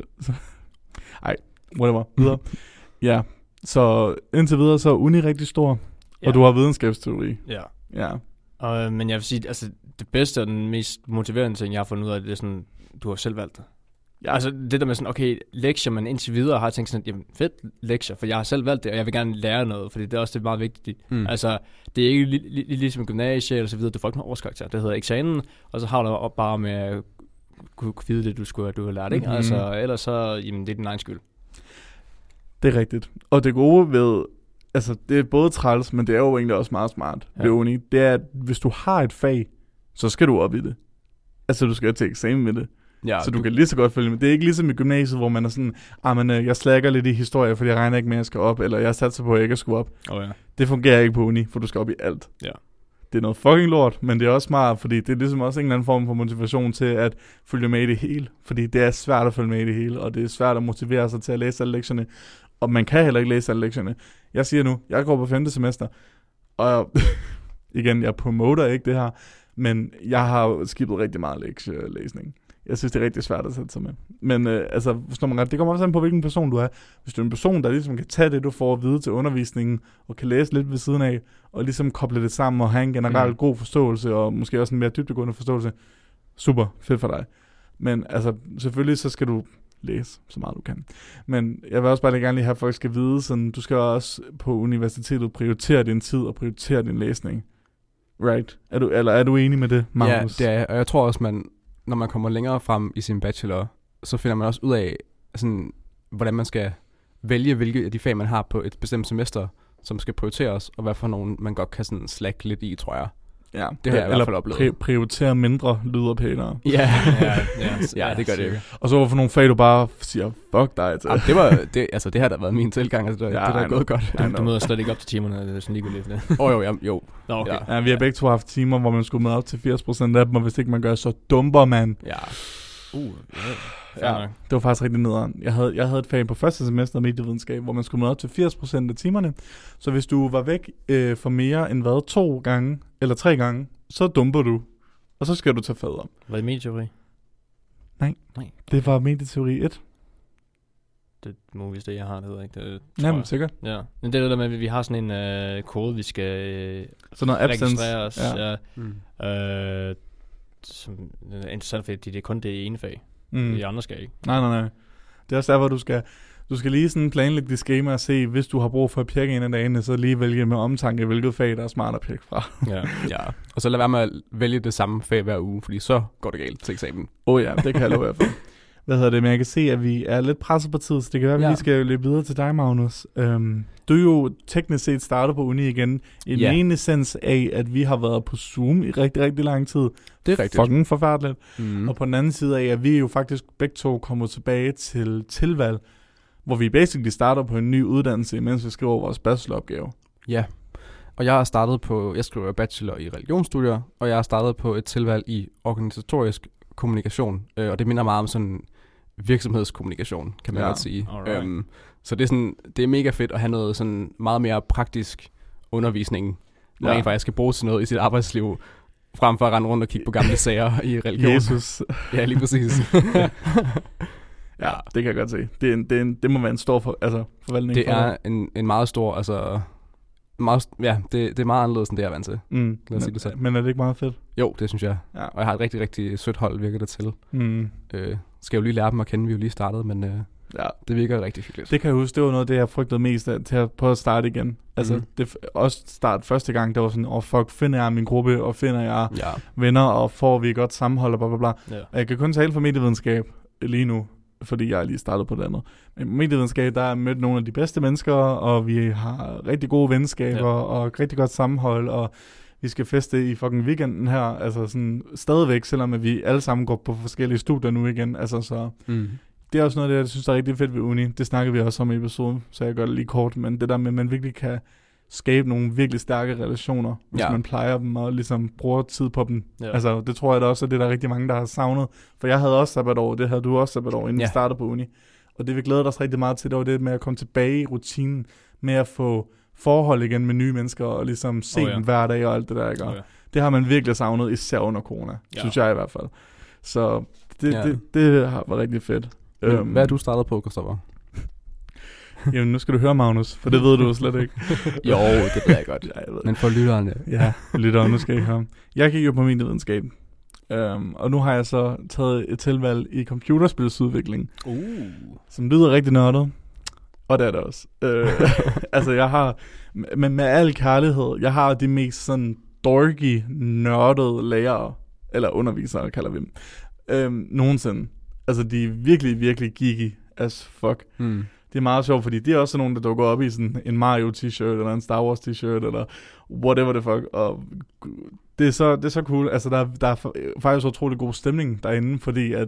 [SPEAKER 1] Ej, whatever. Videre. Ja, så indtil videre, så er uni rigtig stor, og du har videnskabsteori.
[SPEAKER 5] Ja. Men jeg vil sige, altså det bedste og den mest motiverende ting, jeg har fundet ud af, det er sådan, du har selv valgt det. Ja. Altså det der med sådan, okay, lektier, man indtil videre har tænkt sådan, jamen fedt lektier, for jeg har selv valgt det, og jeg vil gerne lære noget, fordi det er også det meget vigtigt. Altså, det er ikke ligesom gymnasie eller så videre, du får ikke nogen årskarakter. Det hedder eksamen, og så har du op bare med at kunne vide det, du har lært, ikke? Altså, ellers så, jamen det er din egen skyld.
[SPEAKER 1] Det er rigtigt. Og det gode ved, altså det er både træls, men det er jo egentlig også meget smart ved uni, det er, at hvis du har et fag, så skal du op i det. Altså du skal til eksamen med det. Ja, så du kan lige så godt følge med. Det er ikke ligesom i gymnasiet, hvor man er sådan, jeg slækker lidt i historie, fordi jeg regner ikke med, at jeg skal op, eller jeg satser på, at jeg ikke skal op. Det fungerer ikke på uni, for du skal op i alt.
[SPEAKER 5] Ja.
[SPEAKER 1] Det er noget fucking lort, men det er også smart, fordi det er ligesom også en eller anden form for motivation til at følge med i det hele. Fordi det er svært at følge med i det hele, og det er svært at motivere sig til at læse alle lektierne. Og man kan heller ikke læse alle lektierne. Jeg siger nu, jeg går på 5. semester, og igen, jeg promoter ikke det her, men jeg har skibet rigtig meget lektielæsning. Jeg synes, det er rigtig svært at sætte sig med. Men altså, forstår man ret, det kommer også an på, hvilken person du er. Hvis du er en person, der ligesom kan tage det, du får at vide til undervisningen, og kan læse lidt ved siden af, og ligesom koble det sammen, og have en generelt god forståelse, og måske også en mere dybdegående forståelse, super, fedt for dig. Men altså, selvfølgelig så skal du læse så meget du kan. Men jeg vil også bare gerne lige have, at folk skal vide, sådan, du skal også på universitetet prioritere din tid, og prioritere din læsning. Right? Er du enig med det, Magnus?
[SPEAKER 2] Ja, det er, og jeg tror også, når man kommer længere frem i sin bachelor, så finder man også ud af, sådan, hvordan man skal vælge, hvilke af de fag, man har på et bestemt semester, som skal prioriteres, og hvad for nogen, man godt kan sådan slække lidt i, tror jeg.
[SPEAKER 1] Ja,
[SPEAKER 2] det har jeg i hvert fald oplevet.
[SPEAKER 1] Prioritere mindre lyder pænere.
[SPEAKER 2] Ja, det gør det.
[SPEAKER 1] Og så for nogle fag, du bare siger, fuck dig til.
[SPEAKER 2] Det har da været min tilgang, altså det er gået godt.
[SPEAKER 5] Du møder slet ikke op til timerne, det er sådan ligegyldigt.
[SPEAKER 2] Jo.
[SPEAKER 5] Nå, okay.
[SPEAKER 1] Ja, vi har begge to haft timer, hvor man skulle møde op til 80% af dem, og hvis ikke man gør, så dumper man.
[SPEAKER 2] Ja.
[SPEAKER 1] Ja, det var faktisk rigtig nederen. Jeg havde et fag på første semester af medievidenskab, hvor man skulle møde op til 80% af timerne. Så hvis du var væk for mere end 2 gange eller 3 gange, så dumper du. Og så skal du tage faget om.
[SPEAKER 5] Var det medieteori?
[SPEAKER 1] Nej. Det var medieteori 1.
[SPEAKER 5] Det er muligvis det, jeg har, det hedder ikke.
[SPEAKER 1] Jamen, sikkert.
[SPEAKER 5] Ja. Men det er der med, at vi har sådan en kode, vi skal
[SPEAKER 1] sådan noget
[SPEAKER 5] registrere os.
[SPEAKER 1] Ja.
[SPEAKER 5] Som er interessant, fordi det er kun det ene fag. De andre skal ikke.
[SPEAKER 1] Nej. Det er også derfor, du skal lige sådan planlægge dit schema og se, hvis du har brug for at pirke en af dagene, så lige vælge med omtanke, hvilket fag, der er smart at pirke fra.
[SPEAKER 2] Ja. Og så lad være med at vælge det samme fag hver uge, fordi så går det galt til eksamen.
[SPEAKER 1] Ja, det kan jeg love i hvert fald. Men jeg kan se, at vi er lidt presset på tid, så det kan være, at vi lige skal løbe videre til dig, Magnus. Du er jo teknisk set startet på uni igen, i den ene essens af, at vi har været på Zoom i rigtig, rigtig lang tid.
[SPEAKER 2] Det er rigtigt.
[SPEAKER 1] Fucking forfærdeligt. Og på den anden side af, at vi jo faktisk begge to kommer tilbage til tilvalg, hvor vi basically starter på en ny uddannelse, mens vi skriver vores bacheloropgave.
[SPEAKER 2] Ja, og jeg skriver bachelor i religionsstudier, og jeg har startet på et tilvalg i organisatorisk kommunikation, og det minder meget om sådan virksomhedskommunikation, kan man godt sige. Så det er mega fedt at have noget sådan meget mere praktisk undervisning, hvor man faktisk skal bruge til noget i sit arbejdsliv, frem for at rende rundt og kigge på gamle sager i religion.
[SPEAKER 1] Jesus.
[SPEAKER 2] Ja, lige præcis.
[SPEAKER 1] Ja, det kan jeg godt se. Det må være en stor forvaltning.
[SPEAKER 2] Det er en meget stor meget, ja, det er meget anderledes, end det jeg er vant til. Lad os sige det sådan.
[SPEAKER 1] Men er det ikke meget fedt?
[SPEAKER 2] Jo, det synes jeg.
[SPEAKER 1] Ja.
[SPEAKER 2] Og jeg har et rigtig, rigtig sødt hold, virker det til. Skal jo lige lære dem at kende, vi jo lige startede, men
[SPEAKER 1] ja,
[SPEAKER 2] det virker rigtig hyggeligt.
[SPEAKER 1] Det kan jeg huske, det var noget af det, jeg frygtede mest af, til at prøve at starte igen. Altså, det også start første gang, der var sådan, fuck, finder jeg min gruppe, og finder jeg venner, og får vi et godt sammenhold, og bla bla bla. Ja. Jeg kan kun tale for medievidenskab lige nu, fordi jeg lige startet på det andet. Men medievidenskab, der har jeg mødt nogle af de bedste mennesker, og vi har rigtig gode venskaber, og rigtig godt sammenhold, og vi skal feste i fucking weekenden her, altså sådan stadigvæk, selvom at vi alle sammen går på forskellige studier nu igen, altså så... Det er også noget af det, jeg synes, der er rigtig fedt ved uni. Det snakker vi også om i episoden, så jeg gør det lige kort. Men det der med, at man virkelig kan skabe nogle virkelig stærke relationer, hvis man plejer dem og ligesom bruger tid på dem. Ja. Altså, det tror jeg da også, at det er der rigtig mange, der har savnet. For jeg havde også sabbatår, det havde du også sabbatår, inden jeg startede på uni. Og det vi glæder os rigtig meget til, det var det med at komme tilbage i rutinen, med at få forhold igen med nye mennesker, og ligesom se dem hver dag og alt det der, ikke? Det har man virkelig savnet, især under corona, synes jeg i hvert fald. Så det har været rigtig fedt.
[SPEAKER 2] Hvad er du startet på, Christoffer?
[SPEAKER 1] Jamen, nu skal du høre, Magnus, for det ved du slet ikke.
[SPEAKER 2] Jo, det ved jeg godt. Men for lytterne.
[SPEAKER 1] Ja, lytterne, nu skal I høre. Jeg gik jo på medievidenskab, og nu har jeg så taget et tilvalg i computerspilsudvikling, som lyder rigtig nørdet, og det er det også. Altså, jeg har, med al kærlighed, jeg har de mest sådan dorky, nørdede lærere, eller undervisere, kalder vi dem, nogensinde. Altså, de er virkelig, virkelig geeky as fuck. Det er meget sjovt, fordi de er også nogen, der dukker op i sådan en Mario t-shirt, eller en Star Wars t-shirt, eller whatever the fuck. Og det er så cool. Altså, der er faktisk utrolig god stemning derinde, fordi at,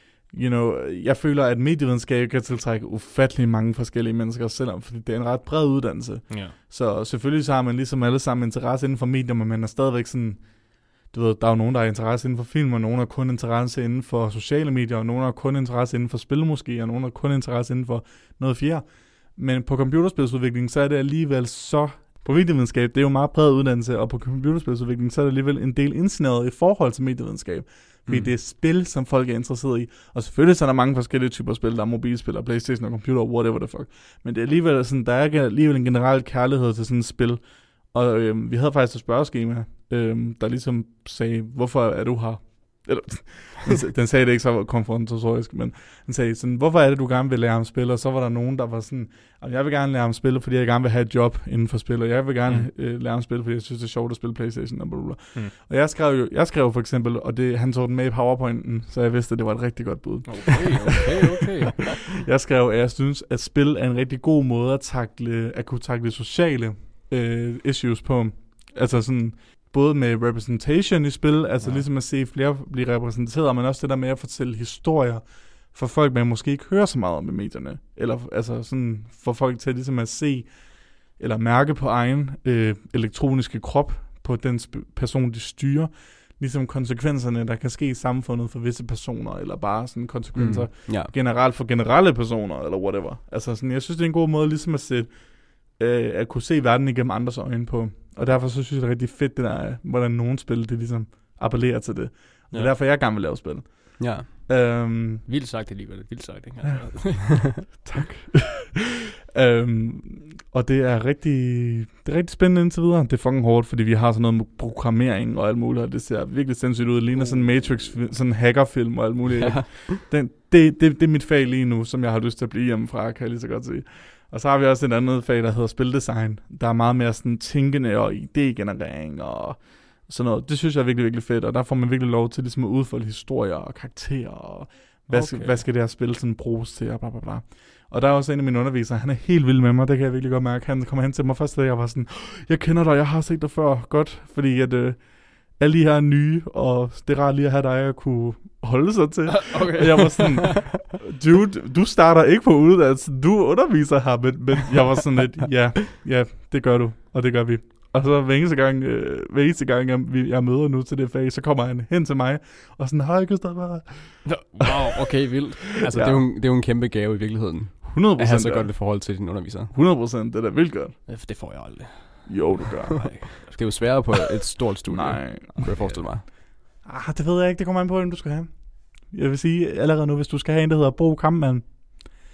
[SPEAKER 1] jeg føler, at medievidenskab kan tiltrække ufattelig mange forskellige mennesker, selvom fordi det er en ret bred uddannelse. Ja. Så selvfølgelig så har man ligesom alle sammen interesse inden for medier, men man er stadigvæk sådan... Du ved, der er jo nogen, der har interesse inden for film, og nogen har kun interesse inden for sociale medier, og nogen har kun interesse inden for spil måske, og nogen har kun interesse inden for noget fjerde. Men på computerspilsudvikling, så er det alligevel så... På medievidenskab, det er jo meget bred uddannelse, og på computerspilsudvikling, så er det alligevel en del indsnæret i forhold til medievidenskab. Fordi det er spil, som folk er interesseret i. Og selvfølgelig så er der mange forskellige typer spil. Der er mobilspil og PlayStation og computer, whatever the fuck. Men det er alligevel sådan, der er alligevel en generel kærlighed til sådan et spil. Og vi havde faktisk et spørgeskema, der ligesom sagde, hvorfor er du her? Eller, den sagde det ikke så konfrontatorisk, men den sagde sådan, hvorfor er det, du gerne vil lære ham spille? Og så var der nogen, der var sådan, jeg vil gerne lære ham spille, fordi jeg gerne vil have et job inden for spil, og jeg vil gerne lære ham spille, fordi jeg synes, det er sjovt at spille PlayStation. Og jeg skrev for eksempel, og han tog den med i PowerPointen, så jeg vidste, at det var et rigtig godt bud.
[SPEAKER 2] Okay.
[SPEAKER 1] Jeg skrev, at jeg synes, at spil er en rigtig god måde at kunne takle sociale issues på. Altså sådan... Både med representation i spil, altså ligesom at se flere blive repræsenteret, men også det der med at fortælle historier for folk, man måske ikke hører så meget om i medierne. Eller altså sådan for folk til ligesom at se eller mærke på egen elektroniske krop på den person, de styrer. Ligesom konsekvenserne, der kan ske i samfundet for visse personer, eller bare sådan konsekvenser generelt for generelle personer, eller whatever. Altså sådan, jeg synes, det er en god måde ligesom at kunne se verden igennem andres øjne på. Og derfor så synes jeg, det er rigtig fedt, det der, hvordan nogen spil, det ligesom appellerer til det. Og det er derfor, jeg gerne vil lave spil.
[SPEAKER 5] Ja. Vildt sagt alligevel. Vildt sagt, ikke?
[SPEAKER 1] Ja. Tak. Og det er rigtig spændende indtil videre. Det er fucking hårdt, fordi vi har sådan noget med programmering og alt muligt, og det ser virkelig sindssygt ud. Det ligner sådan en Matrix, sådan en hackerfilm og alt muligt. Ja. Det er mit fag lige nu, som jeg har lyst til at blive hjemmefra, kan jeg lige så godt sige. Og så har vi også et andet fag, der hedder spildesign. Der er meget mere sådan tænkende og idégenerering og sådan noget. Det synes jeg er virkelig, virkelig fedt, og der får man virkelig lov til ligesom at udfolde historier og karakterer, og hvad skal det her spil sådan bruges til, og bla bla bla. Og der er også en af mine undervisere, han er helt vild med mig, det kan jeg virkelig godt mærke. Han kommer hen til mig først, da jeg var sådan, jeg kender dig, jeg har set dig før, godt, fordi at alle de her er nye, og det er rart lige at have dig at kunne holde sig til. Okay. Og jeg var sådan, dude, du starter ikke på uddannelse, du underviser her, men jeg var sådan lidt, ja, det gør du, og det gør vi. Og så hver eneste gang jeg møder nu til det fag, så kommer han hen til mig, og sådan, hej Christoffer.
[SPEAKER 2] Wow, okay, vildt. Altså, det er jo en kæmpe gave i virkeligheden.
[SPEAKER 1] 100%.
[SPEAKER 2] At have så godt et forhold til din underviser.
[SPEAKER 1] 100%, det er da vildt godt.
[SPEAKER 5] Ja, det får jeg aldrig.
[SPEAKER 1] Jo, du gør.
[SPEAKER 2] Nej. Det er jo sværere på et stort studie.
[SPEAKER 1] Nej.
[SPEAKER 2] Kunne jeg forestille mig.
[SPEAKER 1] Det ved jeg ikke, det kommer an på, hvem du skal have. Jeg vil sige allerede nu, hvis du skal have en, der hedder Bo Kampmann,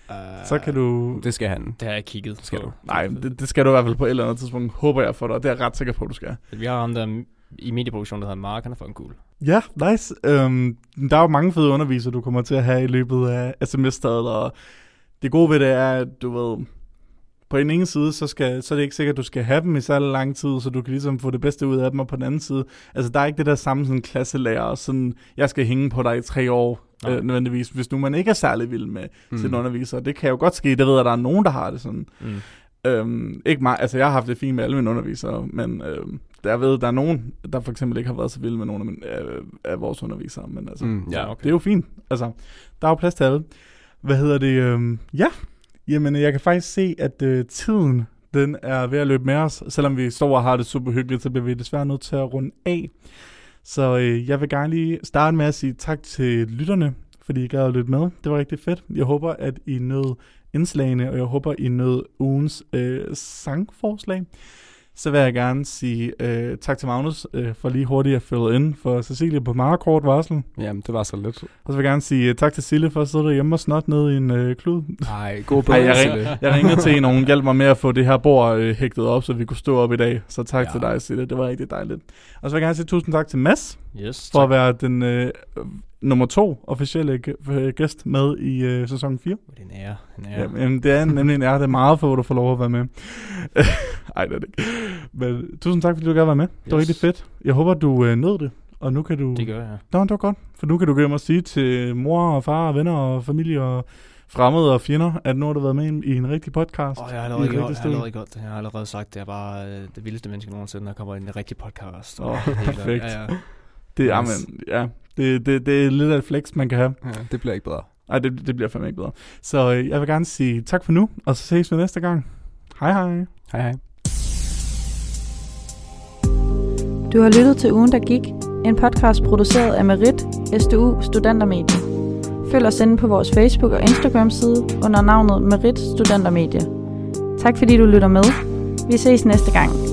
[SPEAKER 1] Så kan du...
[SPEAKER 2] Det skal han.
[SPEAKER 5] Det har jeg kigget.
[SPEAKER 2] Skal du?
[SPEAKER 1] Nej, det skal du i hvert fald på et eller andet tidspunkt, håber jeg for dig. Det er jeg ret sikker på, at du skal.
[SPEAKER 5] Vi har ham der i medieproduktion, der hedder Mark, han er fucking cool.
[SPEAKER 1] Ja, nice. Der er jo mange fede undervisere, du kommer til at have i løbet af semesteret, og det gode ved det er, at du ved, på den ene side, så er det ikke sikkert, at du skal have dem i særlig lang tid, så du kan ligesom få det bedste ud af dem, og på den anden side, altså der er ikke det der samme sådan klasselærer, og sådan, jeg skal hænge på dig i 3 år, nødvendigvis, hvis nu man ikke er særlig vild med sin underviser. Det kan jo godt ske, det ved jeg, at der er nogen, der har det sådan. Ikke mig, altså jeg har haft det fint med alle mine undervisere, men jeg ved, der er nogen, der for eksempel ikke har været så vilde med nogle af vores undervisere, men altså,
[SPEAKER 5] okay.
[SPEAKER 1] det er jo fint, altså, der er jo plads til alle. Hvad hedder det? Jamen, jeg kan faktisk se, at tiden, den er ved at løbe med os, selvom vi står og har det super hyggeligt, så bliver vi desværre nødt til at runde af. Så jeg vil gerne lige starte med at sige tak til lytterne, fordi I gad at lytte med. Det var rigtig fedt. Jeg håber, at I nød indslagene, og jeg håber, I nød ugens sangforslag. Så vil jeg gerne sige tak til Magnus for lige hurtigt at følge ind for Cecilie på meget kort varsel.
[SPEAKER 2] Jamen, det var så lidt.
[SPEAKER 1] Og så vil jeg gerne sige tak til Sille for at sidde derhjemme og snot ned i en klud.
[SPEAKER 2] Nej, god bød.
[SPEAKER 1] Jeg ringede til en, og hun hjalp mig med at få det her bord hægtet op, så vi kunne stå op i dag. Så tak til dig, Sille. Det var rigtig dejligt. Og så vil jeg gerne sige tusind tak til Mads for at være den nummer 2 officielle gæst med i sæson 4.
[SPEAKER 5] Det er en ære.
[SPEAKER 1] Jamen, det er nemlig en ære. Det er meget for, at du får lov at være med. Ej, det er det ikke. Men tusind tak, fordi du gerne var med. Det var rigtig fedt. Jeg håber, du nød det. Og nu kan du...
[SPEAKER 5] Det gør jeg.
[SPEAKER 1] Nå, det var godt. For nu kan du gå hjem og sige til mor og far og venner og familie og fremmede og fjender, at nu har du været med i en rigtig podcast.
[SPEAKER 5] Jeg har allerede gjort det. Jeg har allerede sagt, det er bare det vildeste menneske nogensinde, der kommer i en rigtig podcast.
[SPEAKER 1] Perfekt.
[SPEAKER 5] Ja.
[SPEAKER 1] Det er lidt af et flex, man kan have.
[SPEAKER 2] Ja, det bliver ikke bedre.
[SPEAKER 1] Nej, det bliver fandme ikke bedre. Så jeg vil gerne sige tak for nu, og så ses vi næste gang. Hej hej.
[SPEAKER 2] Hej hej.
[SPEAKER 6] Du har lyttet til Ugen, der gik. En podcast produceret af Merit, SDU Studentermedie. Følg os inde på vores Facebook- og Instagram-side under navnet Merit Studentermedie. Tak fordi du lytter med. Vi ses næste gang.